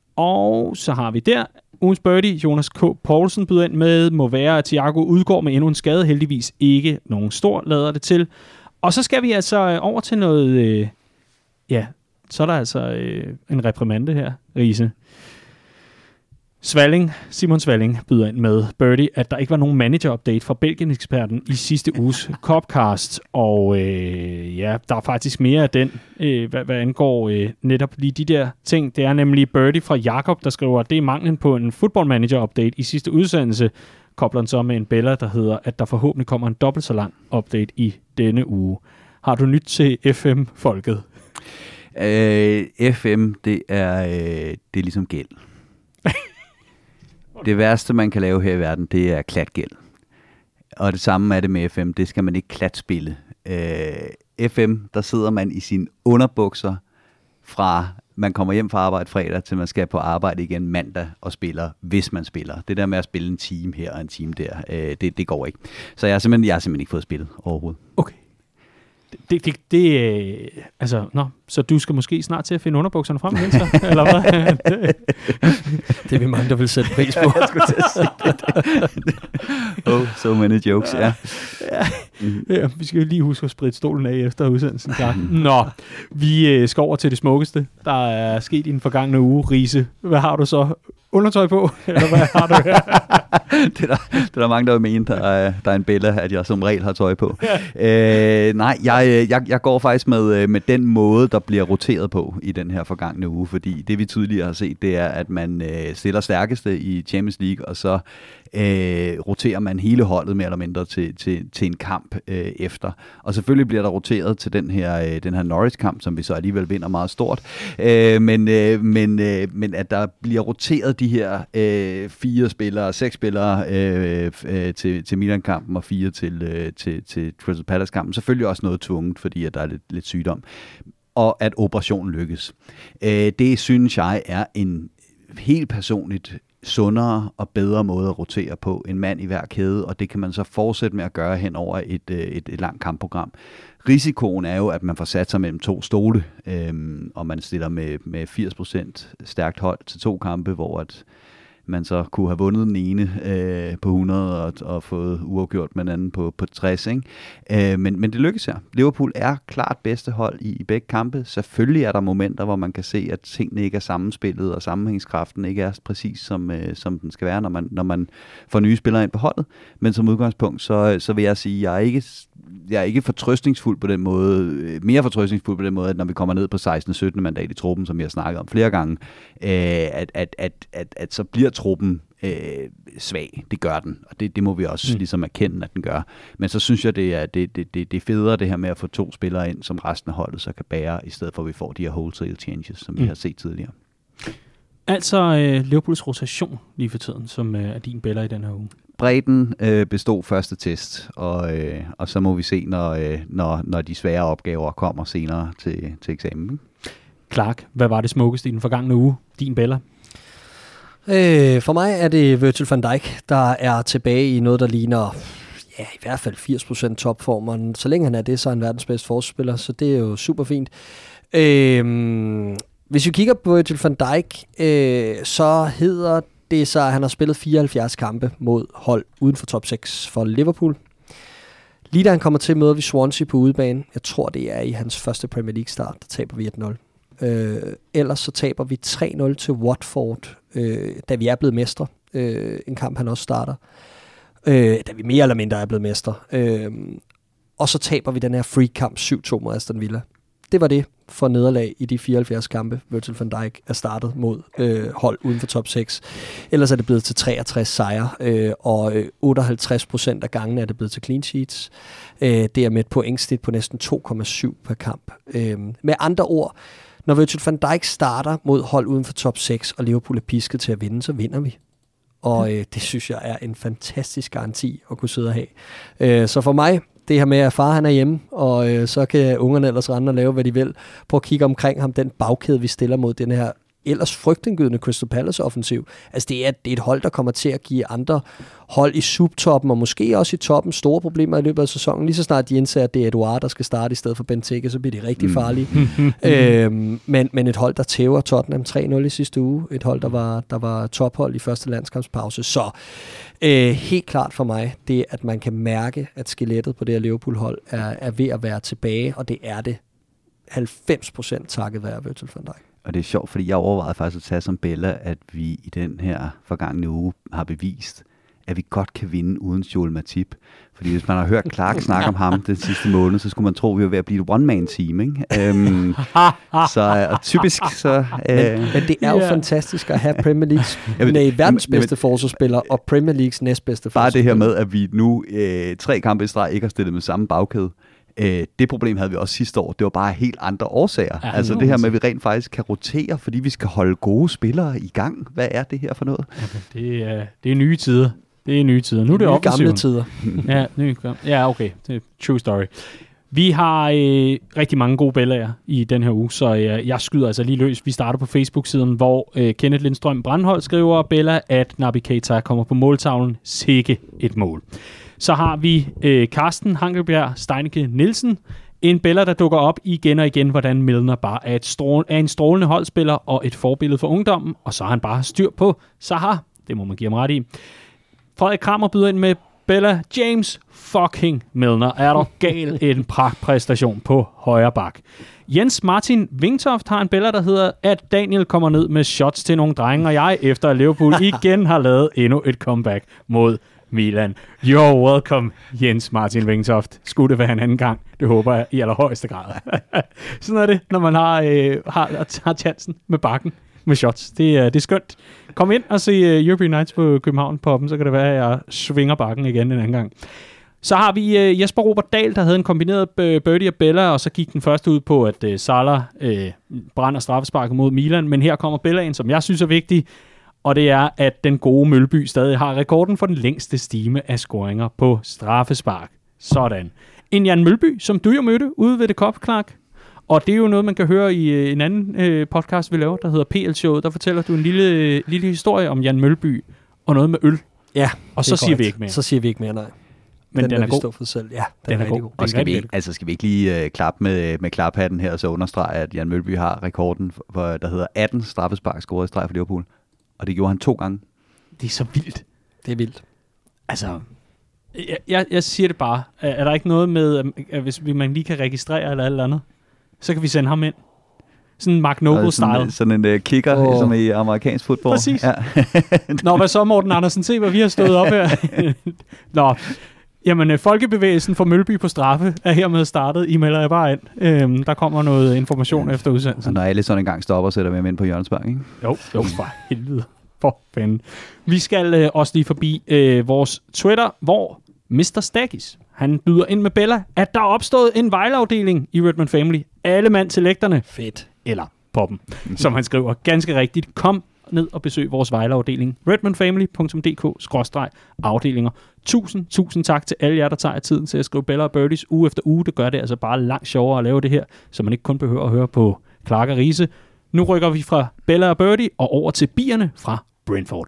Og så har vi der ugens birdie, Jonas K. Poulsen byder ind med, må være, at Thiago udgår med endnu en skade. Heldigvis ikke nogen stor, lader det til. Og så skal vi altså over til noget, øh, ja, så er der altså øh, en reprimande her, Riese. Svalling, Simon Svalling byder ind med birdie, at der ikke var nogen manager-update fra Belgien-eksperten i sidste uges Copcast. Og øh, ja, der er faktisk mere af den, øh, hvad, hvad angår øh, netop lige de der ting. Det er nemlig birdie fra Jakob, der skriver, at det er manglen på en football manager-update i sidste udsendelse. Kobler den så med en Bella, der hedder, at der forhåbentlig kommer en dobbelt så lang update i denne uge. Har du nyt til F M-folket? Øh, F M, det er, øh, det er ligesom gæld. Det værste, man kan lave her i verden, det er klatgæld. Og det samme er det med F M. Det skal man ikke klatspille. Øh, F M, der sidder man i sine underbukser fra man kommer hjem fra arbejde fredag, til man skal på arbejde igen mandag og spiller, hvis man spiller. Det der med at spille en time her og en time der, øh, det, det går ikke. Så jeg har simpelthen, jeg har simpelthen ikke fået spillet overhovedet. Okay. Det, det, det øh, altså, nå, så du skal måske snart til at finde underbukserne frem, Niels, eller hvad? Det er vi mange, der vil sætte pris på. Jeg skulle til at sige det. Oh, so many jokes, ja. Ja. Mm. Ja, vi skal jo lige huske at spritte stolen af efter udsendelsen, klar. Nå, vi øh, skal over til det smukkeste, der er sket i den forgangne uge. Riese, hvad har du så? Undertøj på? Eller hvad har du her? det, er der, det er der mange, der vil mene, der er, der er en billede, at jeg som regel har tøj på. Ja. Øh, nej, jeg, jeg, jeg går faktisk med, med den måde, der bliver roteret på i den her forgangne uge, fordi det vi tydeligere har set, det er, at man øh, stiller stærkeste i Champions League, og så øh, roterer man hele holdet mere eller mindre til, til, til en kamp øh, efter. Og selvfølgelig bliver der roteret til den her, øh, den her Norwich-kamp, som vi så alligevel vinder meget stort. Øh, men, øh, men, øh, men at der bliver roteret de her øh, fire spillere, seks spillere øh, øh, til, til Milan-kampen og fire til, øh, til, til Crystal Palace-kampen. Selvfølgelig også noget tvunget, fordi at der er lidt, lidt sygdom. Og at operationen lykkes. Øh, det synes jeg er en helt personligt sundere og bedre måde at rotere på, en mand i hver kæde, og det kan man så fortsætte med at gøre hen over et, et, et langt kampprogram. Risikoen er jo, at man får sat sig mellem to stole, øhm, og man stiller med, med firs procent stærkt hold til to kampe, hvor at man så kunne have vundet den ene øh, på hundrede og, og fået uafgjort med den anden på, på tres. Ikke? Øh, men, men det lykkes her. Liverpool er klart bedste hold i, i begge kampe. Selvfølgelig er der momenter, hvor man kan se, at tingene ikke er sammenspillet, og sammenhængskraften ikke er præcis, som, øh, som den skal være, når man, når man får nye spillere ind på holdet. Men som udgangspunkt, så, så vil jeg sige, at jeg er ikke... Jeg er ikke fortrøstningsfuld på den måde, mere fortrøstningsfuld på den måde, at når vi kommer ned på seksten sytten mandat i truppen, som jeg har snakket om flere gange, øh, at, at, at, at, at så bliver truppen øh, svag. Det gør den, og det, det må vi også mm. ligesom erkende, at den gør. Men så synes jeg, det er, det, det, det, det er federe det her med at få to spillere ind, som resten af holdet så kan bære, i stedet for at vi får de her wholesale changes, som mm. vi har set tidligere. Altså øh, Liverpools rotation lige for tiden, som øh, er din bæller i den her uge. Bredden øh, bestod første test, og, øh, og så må vi se, når, øh, når, når de svære opgaver kommer senere til, til eksamen. Clark, hvad var det smukkeste i den forgangne uge? Din bæller? Øh, for mig er det Virgil van Dijk, der er tilbage i noget, der ligner ja, i hvert fald firs procent topform, og så længe han er det, så er han verdens bedste forsvarsspiller, så det er jo super fint. Øh, hvis vi kigger på Virgil van Dijk, øh, så hedder det så, at han har spillet fireoghalvfjerds kampe mod hold uden for top seks for Liverpool. Lige da han kommer til, møder vi Swansea på udebane. Jeg tror, det er i hans første Premier League start, der taber vi et nul. Øh, ellers så taber vi tre nul til Watford, øh, da vi er blevet mestre. Øh, en kamp, han også starter. Øh, da vi mere eller mindre er blevet mestre. Øh, og så taber vi den her free-kamp syv to mod Aston Villa. Det var det for nederlag i de fireoghalvfjerds kampe, Virgil van Dijk er startet mod øh, hold uden for top seks. Ellers er det blevet til treogtres sejre, øh, og øh, otteoghalvtreds procent af gangene er det blevet til clean sheets. Øh, det er med et pointsnit på næsten to komma syv per kamp. Øh, med andre ord, når Virgil van Dijk starter mod hold uden for top seks, og Liverpool er pisket til at vinde, så vinder vi. Og øh, det synes jeg er en fantastisk garanti at kunne sidde og have. Øh, så for mig, det her med, at far han er hjemme, og øh, så kan ungerne ellers rende og lave, hvad de vil. Prøv at kigge omkring ham, den bagkæde, vi stiller mod den her ellers frygtindgydende Crystal Palace offensiv. Altså det er, det er et hold, der kommer til at give andre hold i subtoppen, og måske også i toppen, store problemer i løbet af sæsonen. Lige så snart de indser, at det er Eduard, der skal starte i stedet for Benteke, så bliver de rigtig farlige. Mm. øhm, men, men et hold, der tæver Tottenham tre nul i sidste uge. Et hold, der var, der var tophold i første landskampspause. Så øh, helt klart for mig, det at man kan mærke, at skelettet på det her Liverpool-hold er, er ved at være tilbage, og det er det halvfems procent takket være Virgil van Dijk. Og det er sjovt, fordi jeg overvejede faktisk at tage som Bella, at vi i den her forgangne uge har bevist, at vi godt kan vinde uden Joel Matip. Fordi hvis man har hørt Clark snakke om ham den sidste måned, så skulle man tro, at vi var ved at blive et one-man-team. Ikke? Øhm, så og typisk så... Øh, men, men det er jo yeah. fantastisk at have Premier Leagues nej, verdens bedste forsvarsspiller og Premier Leagues næstbedste forsvarsspiller. Bare det her med, at vi nu øh, tre kampe i streg ikke har stillet med samme bagkæde. Øh, det problem havde vi også sidste år. Det var bare helt andre årsager. Ja, altså det her med, at vi rent faktisk kan rotere, fordi vi skal holde gode spillere i gang. Hvad er det her for noget? Jamen, det, er, det er nye tider. Det er nye tider. Nu er det offensiven. Gamle tider. ja, nye, ja, okay. Det er true story. Vi har øh, rigtig mange gode billeder i den her uge, så øh, jeg skyder altså lige løs. Vi starter på Facebook-siden, hvor øh, Kenneth Lindstrøm Brandholt skriver, Bella, at Naby Keita kommer på måltavlen. Sikke et mål. Så har vi øh, Carsten Hankelbjerg Steinke Nielsen. En Bella, der dukker op igen og igen, hvordan Milner bare er, et strål, er en strålende holdspiller og et forbillede for ungdommen. Og så har han bare styr på Zaha. Det må man give ham ret i. Frederik Kramer byder ind med Bella James fucking Milner. Er der gal en pragtpræstation på højre bak. Jens Martin Vingtoft har en Bella, der hedder, at Daniel kommer ned med shots til nogle drenge, og jeg, efter at Liverpool igen har lavet endnu et comeback mod Milan. You're welcome, Jens Martin Vingtoft. Skulle det være en anden gang? Det håber jeg i allerhøjeste grad. Sådan er det, når man har, øh, har, har chancen med bakken med shots. Det, øh, det er skønt. Kom ind og se uh, European Nights på København Poppen, så kan det være, at jeg svinger bakken igen en anden gang. Så har vi uh, Jesper Robert Dahl, der havde en kombineret uh, birdie og Bella, og så gik den første ud på, at uh, Salah uh, brænder straffesparket mod Milan. Men her kommer Bellaen, som jeg synes er vigtig, og det er, at den gode Mølby stadig har rekorden for den længste stime af scoringer på straffespark. Sådan. En Jan Mølby, som du jo mødte ude ved det Cup, Clark. Og det er jo noget, man kan høre i en anden øh, podcast, vi laver, der hedder P L-showet. Der fortæller du en lille, øh, lille historie om Jan Mølby og noget med øl. Ja, og så siger vi ikke mere. Så siger vi ikke mere, nej. Men den, den er god. Stå for selv. Ja, den, den er, er god. god. Og skal vi, ikke, altså skal vi ikke lige øh, klappe med, med klaphatten her, og så understrege, at Jan Mølby har rekorden, for, der hedder atten straffespark scoret i streg for Liverpool. Og det gjorde han to gange. Det er så vildt. Det er vildt. Altså, jeg, jeg, jeg siger det bare. Er, er der ikke noget med, at hvis man lige kan registrere eller alt andet, så kan vi sende ham ind. Sådan en Mark Noble-style. Sådan, sådan en uh, kicker, oh. som i amerikansk fodbold. Præcis. Ja. Nå, hvad så, Morten Andersen? Se, hvad vi har stået op her. Nå, jamen, Folkebevægelsen for Mølby på straffe er hermed startet. I melder jeg bare ind. Øhm, der kommer noget information ja. efter udsendelsen. Og når alle sådan en gang stopper, sætter vi ham ind på hjørnespark, ikke? Jo, jo, for helvede. For fanden. Vi skal øh, også lige forbi øh, vores Twitter, hvor mister Staggis, han byder ind med Bella, at der er opstået en Vejle-afdeling i Redman Family. Alle mand til lægterne. Fedt. Eller poppen, som han skriver ganske rigtigt. Kom ned og besøg vores Vejle-afdeling. redmanfamily punktum d k skråstreg afdelinger. Tusind, tusind tak til alle jer, der tager tiden til at skrive Bella og Birdies uge efter uge. Det gør det altså bare langt sjovere at lave det her, så man ikke kun behøver at høre på Clark og Riese. Nu rykker vi fra Bella og Birdie og over til bierne fra Brentford.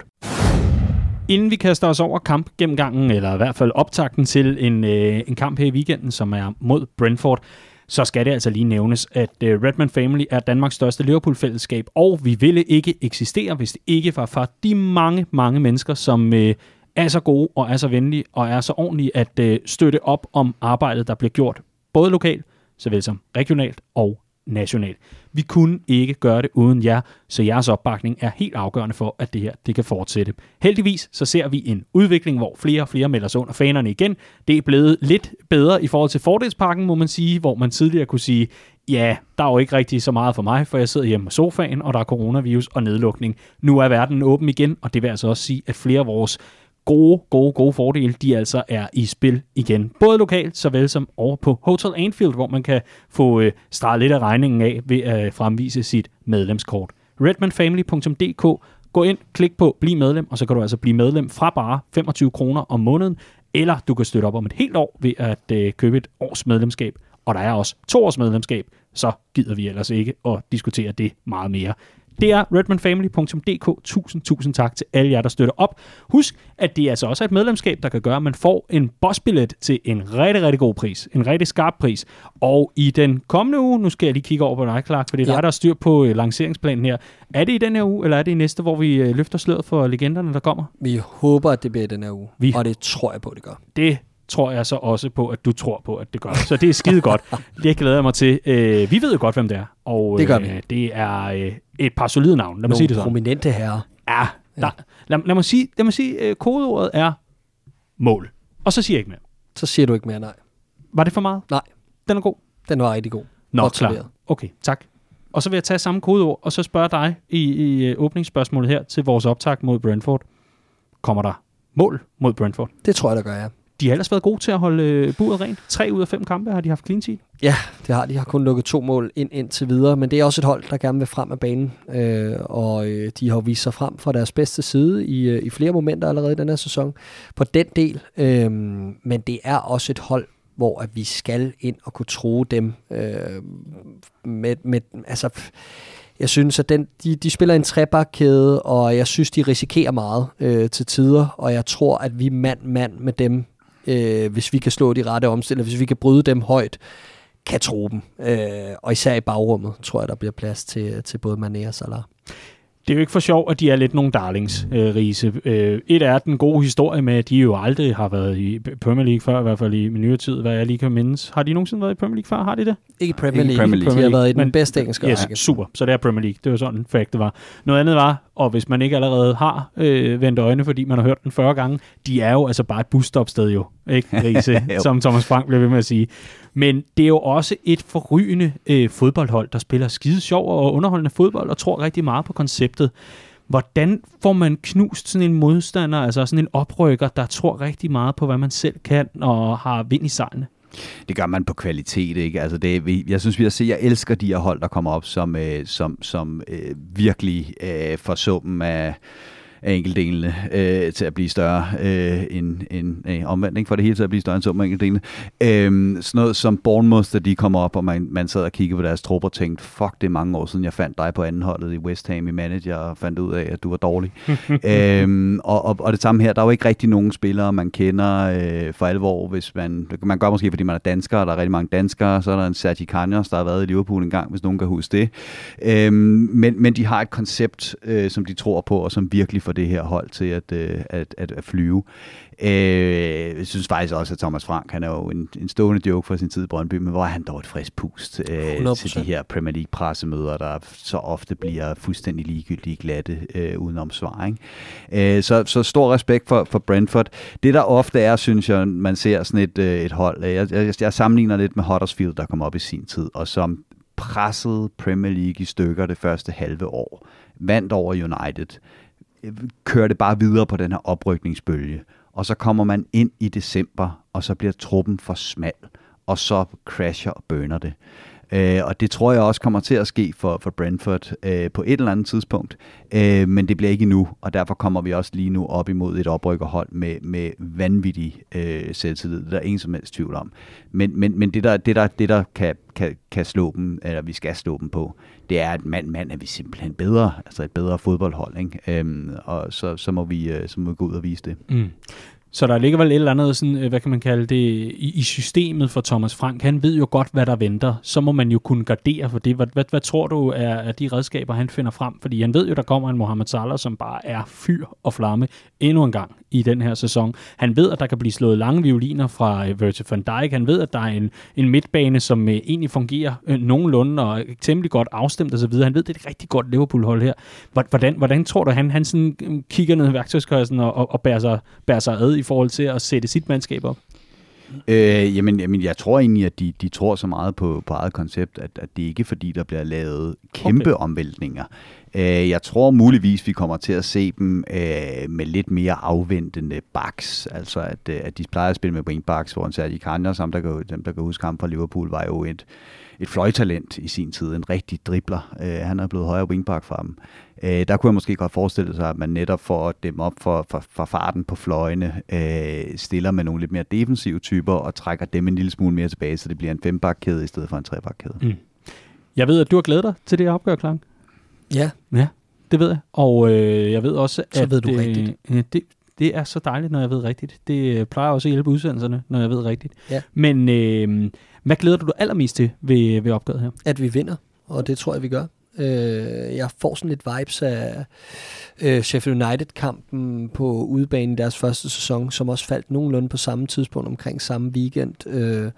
Inden vi kaster os over kampgennemgangen, eller i hvert fald optakten til en, øh, en kamp her i weekenden, som er mod Brentford, så skal det altså lige nævnes, at øh, Redman Family er Danmarks største Liverpool-fællesskab, og vi ville ikke eksistere, hvis det ikke var for de mange, mange mennesker, som øh, er så gode og er så venlige og er så ordentlige at øh, støtte op om arbejdet, der bliver gjort både lokalt, såvel som regionalt og nationalt. Vi kunne ikke gøre det uden jer, så jeres opbakning er helt afgørende for, at det her det kan fortsætte. Heldigvis så ser vi en udvikling, hvor flere og flere melder sig under fanerne igen. Det er blevet lidt bedre i forhold til fordelspakken, må man sige, hvor man tidligere kunne sige, ja, der er jo ikke rigtig så meget for mig, for jeg sidder hjemme på sofaen, og der er coronavirus og nedlukning. Nu er verden åben igen, og det vil altså også sige, at flere af vores gode, gode, gode fordele, de altså er i spil igen. Både lokalt, såvel som over på Hotel Anfield, hvor man kan få øh, streget lidt af regningen af ved at øh, fremvise sit medlemskort. redmanfamily punktum d k. Gå ind, klik på Bliv medlem, og så kan du altså blive medlem fra bare femogtyve kroner om måneden, eller du kan støtte op om et helt år ved at øh, købe et års medlemskab, og der er også to års medlemskab, så gider vi ellers ikke at diskutere det meget mere. Det er redmanfamily punktum d k. Tusind, tusind tak til alle jer, der støtter op. Husk, at det er altså også et medlemskab, der kan gøre, at man får en bossbillet til en rigtig, rigtig god pris. En rigtig skarp pris. Og i den kommende uge, nu skal jeg lige kigge over på dig, Clark, fordi ja. der er der styr på lanceringsplanen her. Er det i den her uge, eller er det i næste, hvor vi løfter sløret for legenderne, der kommer? Vi håber, at det bliver i den her uge, vi... og det tror jeg på, at det gør. Det tror jeg så også på, at du tror på, at det gør. Så det er skide godt. Det glæder jeg mig til. Øh, vi ved jo godt, hvem det er. Og det gør vi. Øh, det er øh, et par solide navne. Lad mig sige det sådan. Prominente herrer. Ja. Der, ja. Lad, lad mig sige, lad mig sige øh, kodeordet er mål. Og så siger jeg ikke mere. Så siger du ikke mere, nej. Var det for meget? Nej. Den er god. Den var rigtig god. Nå, klar. Okay, tak. Og så vil jeg tage samme kodeord, og så spørge dig i, i åbningsspørgsmålet her til vores optakt mod Brentford. Kommer der mål mod Brentford? Det tror jeg, der gør, ja. De har ellers været gode til at holde øh, buret rent. Tre ud af fem kampe har de haft clean sheet. Ja, det har de. De har kun lukket to mål ind indtil videre, men det er også et hold, der gerne vil frem af banen, øh, og øh, de har vist sig frem fra deres bedste side i, øh, i flere momenter allerede i den her sæson på den del, øh, men det er også et hold, hvor at vi skal ind og kunne true dem øh, med, med, altså... Jeg synes, at den, de, de spiller en trebakkæde, og jeg synes, de risikerer meget øh, til tider, og jeg tror, at vi er mand-mand med dem, øh, hvis vi kan slå de rette omstillinger, hvis vi kan bryde dem højt, kan tro dem. Øh, og især i bagrummet, tror jeg, der bliver plads til, til både Mané og Salah. Det er jo ikke for sjov, at de er lidt nogle darlings, øh, Riese. Øh, et er den gode historie med, at de jo aldrig har været i Premier League før, i hvert fald i nyere tid, hvad jeg lige kan mindes. Har de nogensinde været i Premier League før? Har de det? Ikke Premier League. Ikke Premier League. De har været i den Men, bedste engelske yes, række. Super, så det er Premier League. Det var sådan, fact det var. Noget andet var, og hvis man ikke allerede har øh, vendt øjne, fordi man har hørt den fyrre gange, de er jo altså bare et busstopsted jo, ikke, Riese, som Thomas Frank blev ved med at sige. Men det er jo også et forrygende øh, fodboldhold, der spiller skide sjov og underholdende fodbold, og tror rigtig meget på konceptet. Hvordan får man knust sådan en modstander, altså sådan en oprykker, der tror rigtig meget på, hvad man selv kan, og har vind i sejlene? Det gør man på kvalitet, ikke? Altså det, jeg synes, vi har set, jeg elsker de her hold, der kommer op, som, øh, som, som øh, virkelig øh, får summen af af enkeltdelene øh, til at blive større øh, end, end øh, omvendt, ikke? For det hele til at blive større end summen af enkeltdelene. Øh, sådan noget som Bournemouth, da de kommer op, og man, man sad og kiggede på deres trupper og tænkte, fuck, det er mange år siden, jeg fandt dig på anden holdet i West Ham i manager, og fandt ud af, at du var dårlig. øh, og, og, og det samme her, der er jo ikke rigtig nogen spillere, man kender øh, for alvor, hvis man, man gør måske, fordi man er dansker, og der er rigtig mange danskere, så er der en Sergi Canos, der har været i Liverpool en gang, hvis nogen kan huske det. Øh, men, men de har et koncept, øh, som de tror på, og som virkelig får det her hold til at, at, at, at flyve. Øh, jeg synes faktisk også, at Thomas Frank, han er jo en, en stående joke fra sin tid i Brøndby, men hvor er han dog et frisk pust øh, til de her Premier League pressemøder, der så ofte bliver fuldstændig ligegyldige glatte øh, udenom svar. Ikke? Øh, så, så stor respekt for, for Brentford. Det der ofte er, synes jeg, man ser sådan et, øh, et hold. Jeg, jeg, jeg sammenligner lidt med Huddersfield, der kom op i sin tid, og som pressede Premier League i stykker det første halve år. Vandt over United. Kørte bare videre på den her oprykningsbølge. Og så kommer man ind i december, og så bliver truppen for smal, og så crasher og burner det. Øh, og det tror jeg også kommer til at ske for, for Brentford øh, på et eller andet tidspunkt, øh, men det bliver ikke nu, og derfor kommer vi også lige nu op imod et oprykkerhold med, med vanvittig øh, selvtillid. Det er der ingen som helst tvivl om. Men, men, men det der, det der, det der kan, kan, kan slå dem, eller vi skal slå dem på, det er, at mand mand er vi simpelthen bedre, altså et bedre fodboldhold, ikke? Øhm, og så, så, må vi, så må vi gå ud og vise det. Mm. Så der ligger vel et eller andet, sådan, hvad kan man kalde det, i, i systemet for Thomas Frank. Han ved jo godt, hvad der venter. Så må man jo kunne gardere for det. Hvad, hvad, hvad tror du er, er de redskaber, han finder frem? Fordi han ved jo, der kommer en Mohamed Salah, som bare er fyr og flamme endnu en gang i den her sæson. Han ved, at der kan blive slået lange violiner fra uh, Virgil van Dijk. Han ved, at der er en, en midtbane, som uh, egentlig fungerer uh, nogenlunde og temmelig godt afstemt osv. Han ved, det er et rigtig godt Liverpool-hold her. Hvordan, hvordan tror du, han, han sådan, um, kigger ned i værktøjskassen og, og, og bærer, sig, bærer sig ad i forhold til at sætte sit mandskab op? Øh, jamen, jamen, jeg tror egentlig, at de, de tror så meget på, på eget koncept, at, at det ikke er fordi, der bliver lavet kæmpe okay. omvæltninger. Øh, jeg tror muligvis, vi kommer til at se dem øh, med lidt mere afventende backs. Altså, at, at de plejer at spille med wingbacks, hvor en Sergi Canos, som der kan, dem, der kan huske ham fra Liverpool, var jo et, et fløjtalent i sin tid. En rigtig dribler. Øh, han er blevet højere wingback fra dem. Øh, der kunne jeg måske godt forestille sig, at man netop får dem op for, for, for farten på fløjene, øh, stiller med nogle lidt mere defensive typer og trækker dem en lille smule mere tilbage, så det bliver en fembakkæde i stedet for en trebakkæde. Mm. Jeg ved, at du har glædet dig til det her opgør, Klang. Ja. Ja, det ved jeg. Og øh, jeg ved også, så at... ved du øh, rigtigt. Det, det er så dejligt, når jeg ved rigtigt. Det plejer også at hjælpe udsendelserne, når jeg ved rigtigt. Ja. Men øh, hvad glæder du dig allermest til ved, ved opgøret her? At vi vinder, og det tror jeg, vi gør. Øh, jeg får sådan lidt vibes af øh, Sheffield United-kampen på udebanen i deres første sæson, som også faldt nogenlunde på samme tidspunkt omkring samme weekend. Øh,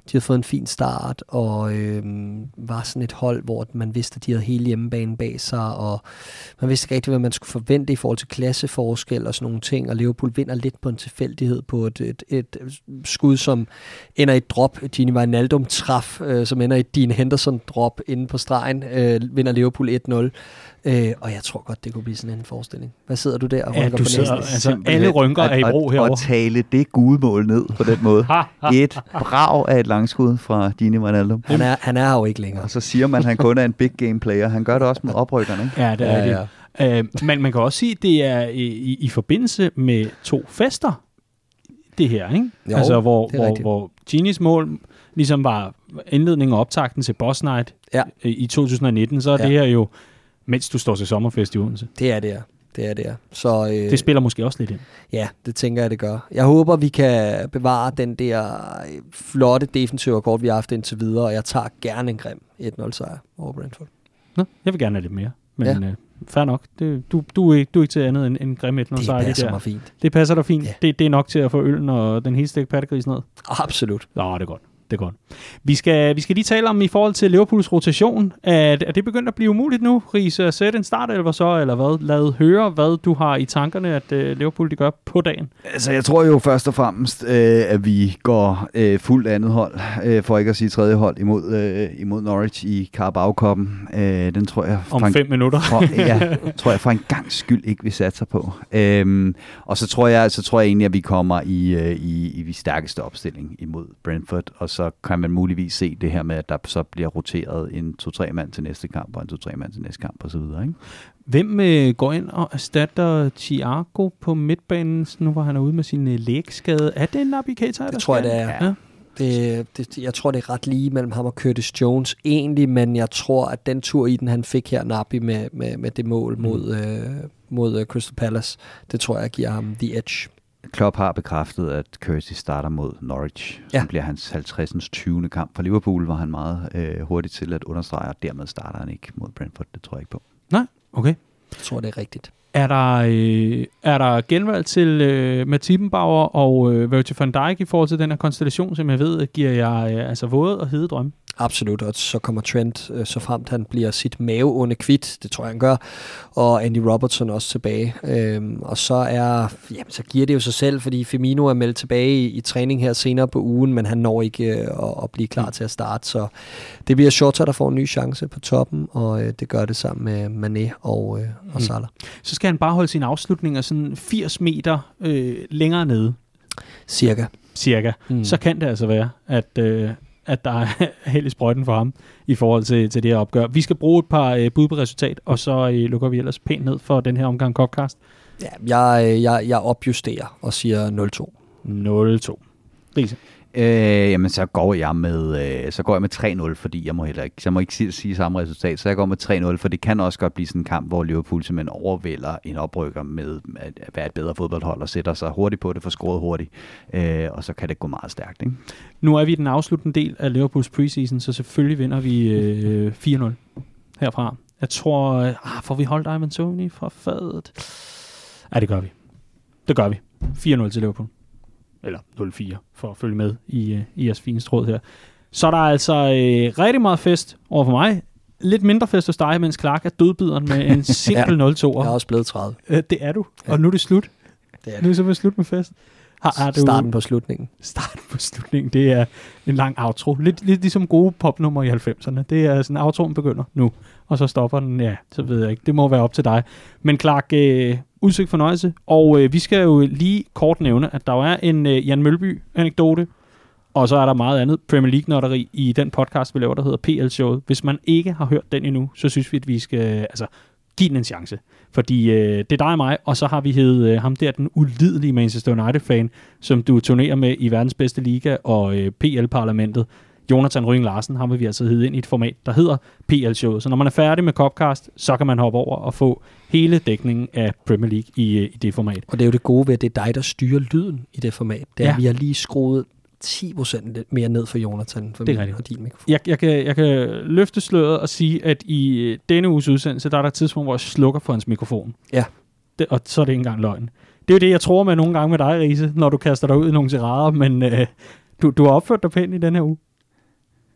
de havde fået en fin start, og øh, var sådan et hold, hvor man vidste, at de havde hele hjemmebanen bag sig, og man vidste ikke rigtig, hvad man skulle forvente i forhold til klasseforskel og sådan nogle ting, og Liverpool vinder lidt på en tilfældighed på et, et, et skud, som ender i et drop. Gini Wijnaldum træf, øh, som ender i et Dean Henderson drop inde på stregen, øh, vinder Liverpool et nul. Øh, og jeg tror godt, det kunne blive sådan en forestilling. Hvad sidder du der og ja, rynker du på sidder, næsen? altså, alle rynker er i bro herovre. Og tale det gudemål ned på den måde. Et brag af et langskud fra Gini Wijnaldum. Han er, han er her jo ikke længere. Og så siger man, at han kun er en big game player. Han gør det også med oprykkerne, ikke? Ja, det er ja, det. Ja. Øh, men man kan også sige, at det er i, i forbindelse med to fester, det her, ikke? Jo, altså, hvor, hvor, hvor Ginis mål ligesom var indledningen og optakten til Boss Night ja. i to tusind nitten, så er ja. det her jo, mens du står til sommerfest i Odense. Det er det, ja. Det er det, ja. Så, øh, det spiller måske også lidt ind. Ja, det tænker jeg, det gør. Jeg håber, vi kan bevare den der flotte defensive akkord, vi har haft indtil videre, og jeg tager gerne en grim et nul sejr over Brentford. Nå, jeg vil gerne have lidt mere, men ja. øh, fair nok. Det, du, du, er ikke, du er ikke til andet end en grim et nul sejr. Det passer det mig fint. Det passer dig fint. Ja. Det, det er nok til at få øllen og den hele stik pattegris ned. Absolut. Nå, det er godt. Det er godt. Vi skal, vi skal lige tale om i forhold til Liverpools rotation. Er, er det begyndt at blive umuligt nu, Riis, at sætte en startelver så, eller hvad? Lad høre, hvad du har i tankerne, at uh, Liverpool de gør på dagen. Altså, jeg tror jo først og fremmest, øh, at vi går øh, fuldt andet hold, øh, for ikke at sige tredje hold, imod, øh, imod Norwich i Carabao-koppen. Øh, den tror jeg... Om en, fem minutter. For, ja, tror jeg for en gang skyld ikke, vi satser på. Øhm, og så tror, jeg, så tror jeg egentlig, at vi kommer i, øh, i, i de stærkeste opstilling imod Brentford, og så kan man muligvis se det her med, at der så bliver roteret en to-tre mand til næste kamp, og en to-tre mand til næste kamp, og så videre, ikke? Hvem øh, går ind og erstatter Thiago på midtbanen, nu hvor han er ude med sin øh, lægskade? Er det en Naby Keita? Det tror jeg, det er. Ja. Det, det, jeg tror, det er ret lige mellem ham og Curtis Jones egentlig, men jeg tror, at den tur i den, han fik her, Naby, med, med, med det mål mm. mod, øh, mod uh, Crystal Palace, det tror jeg giver ham the edge. Klopp har bekræftet, at Curtis starter mod Norwich, ja. som bliver hans halvtredsende tyvende kamp for Liverpool, var han meget øh, hurtigt til at understrege, og dermed starter han ikke mod Brentford. Det tror jeg ikke på. Nej, okay. Jeg tror, det er rigtigt. Er der, øh, er der genvalg til øh, Matt Siebenbauer og øh, Virgil van Dijk i forhold til den her konstellation, som jeg ved, giver jeg øh, altså våde og hede drømme? Absolut, og så kommer Trent, øh, så fremt han bliver sit maveonde kvit, det tror jeg, han gør, og Andy Robertson også tilbage. Øhm, og så er, jamen, så giver det jo sig selv, fordi Firmino er meldt tilbage i, i træning her senere på ugen, men han når ikke øh, at, at blive klar til at starte, så det bliver Shota, der får en ny chance på toppen, og øh, det gør det sammen med Mané og, øh, og mm. Salah. Så skal han bare holde sine afslutninger sådan firs meter øh, længere nede. Cirka. Cirka. Mm. Så kan det altså være, at... Øh, at der er held i sprøjten for ham i forhold til, til det her opgør. Vi skal bruge et par øh, bud på resultat, og så øh, lukker vi ellers pænt ned for den her omgang Copcast. Ja, jeg, jeg, jeg opjusterer og siger nul to. nul to. Riese? Øh, jamen, så går jeg med, øh, så går jeg med tre nul, fordi jeg må heller ikke, så jeg må ikke sige, sige samme resultat, så jeg går med tre nul, for det kan også godt blive sådan en kamp, hvor Liverpool simpelthen overvælder en oprykker med at være et bedre fodboldhold og sætter sig hurtigt på det, for scoret hurtigt, øh, og så kan det gå meget stærkt, ikke? Nu er vi i den afsluttende del af Liverpools preseason, så selvfølgelig vinder vi øh, fire nul herfra. Jeg tror, øh, får vi holdt Ivan Toney fra fadet? Ja, det gør vi. Det gør vi. fire nul til Liverpool. Eller nul fire, for at følge med i, i jeres fine tråd her. Så er der altså øh, rigtig meget fest over for mig. Lidt mindre fest hos dig, mens Clark er dødbideren med en simpel ja, nul to. Jeg er også blevet tredive. Øh, det er du, ja. Og nu er det slut. Det er det. Nu er det simpelthen slut med fest. Har, har du starten på slutningen. Starten på slutningen, det er en lang outro. Lidt, lidt ligesom gode popnummer i halvfemserne. Det er sådan, outroen begynder nu, og så stopper den. Ja, så ved jeg ikke. Det må være op til dig. Men Clark, øh, udsøgt fornøjelse. Og øh, vi skal jo lige kort nævne, at der jo er en øh, Jan Mølby-anekdote, og så er der meget andet Premier League-notteri i den podcast, vi laver, der hedder P L-showet. Hvis man ikke har hørt den endnu, så synes vi, at vi skal altså, give den en chance. Fordi øh, det er dig og mig, og så har vi hed øh, ham der, den ulidelige Manchester United-fan, som du turnerer med i verdens bedste liga og øh, P L-parlamentet. Jonathan Røing Larsen, ham vil vi altså hedde ind i et format, der hedder P L-showet. Så når man er færdig med Copcast, så kan man hoppe over og få hele dækningen af Premier League i, i det format. Og det er jo det gode ved, at det er dig, der styrer lyden i det format. Det er, ja. Vi har lige skruet ti procent mere ned for Jonathan for det min og din mikrofon. Jeg, jeg, kan, jeg kan løfte sløret og sige, at i denne uges udsendelse, der er der et tidspunkt, hvor jeg slukker for hans mikrofon. Ja. Det, og så er det ikke engang løgn. Det er jo det, jeg tror med nogle gange med dig, Riese, når du kaster dig ud i nogle tirader, men øh, du, du har opført dig pænt i den her uge.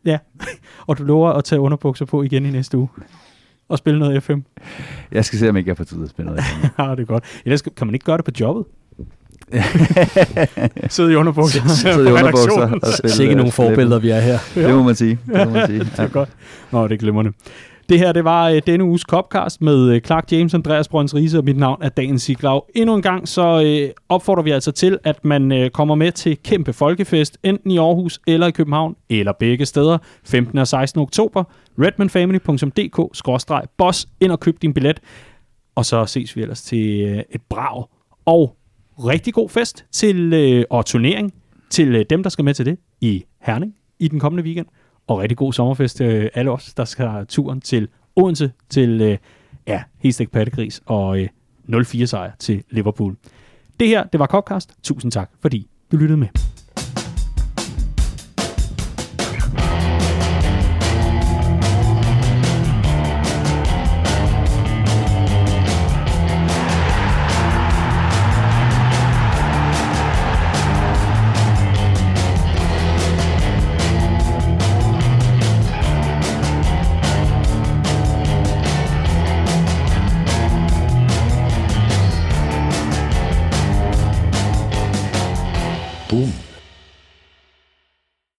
Ja, og du lover at tage underbukser på igen i næste uge. Og spille noget F M. Jeg skal se, om ikke jeg får tid at spille noget F M. Ja, det er godt. Ellers kan man ikke gøre det på jobbet. Sidde i underbukser. Sidde i underbukser. Sikke nogle forbilleder, vi er her. Det må man sige. Det må man sige. Det er godt. Nå, det er glimrende. Det her, det var uh, denne uges Copcast med uh, Clark James, Andreas Brøns Riise, og mit navn er Dagen Siglau. Endnu en gang, så uh, opfordrer vi altså til, at man uh, kommer med til Kæmpe Folkefest, enten i Aarhus eller i København, eller begge steder, femtende og sekstende oktober. redmanfamily punktum d k skråstreg boss. Ind og køb din billet, og så ses vi ellers til uh, et brag. Og rigtig god fest til, uh, og turnering til uh, dem, der skal med til det i Herning i den kommende weekend. Og rigtig god sommerfest til alle os, der skal have turen til Odense, til øh, ja, Hestek Pattegris og øh, nul fire sejr til Liverpool. Det her, det var Copcast. Tusind tak, fordi du lyttede med.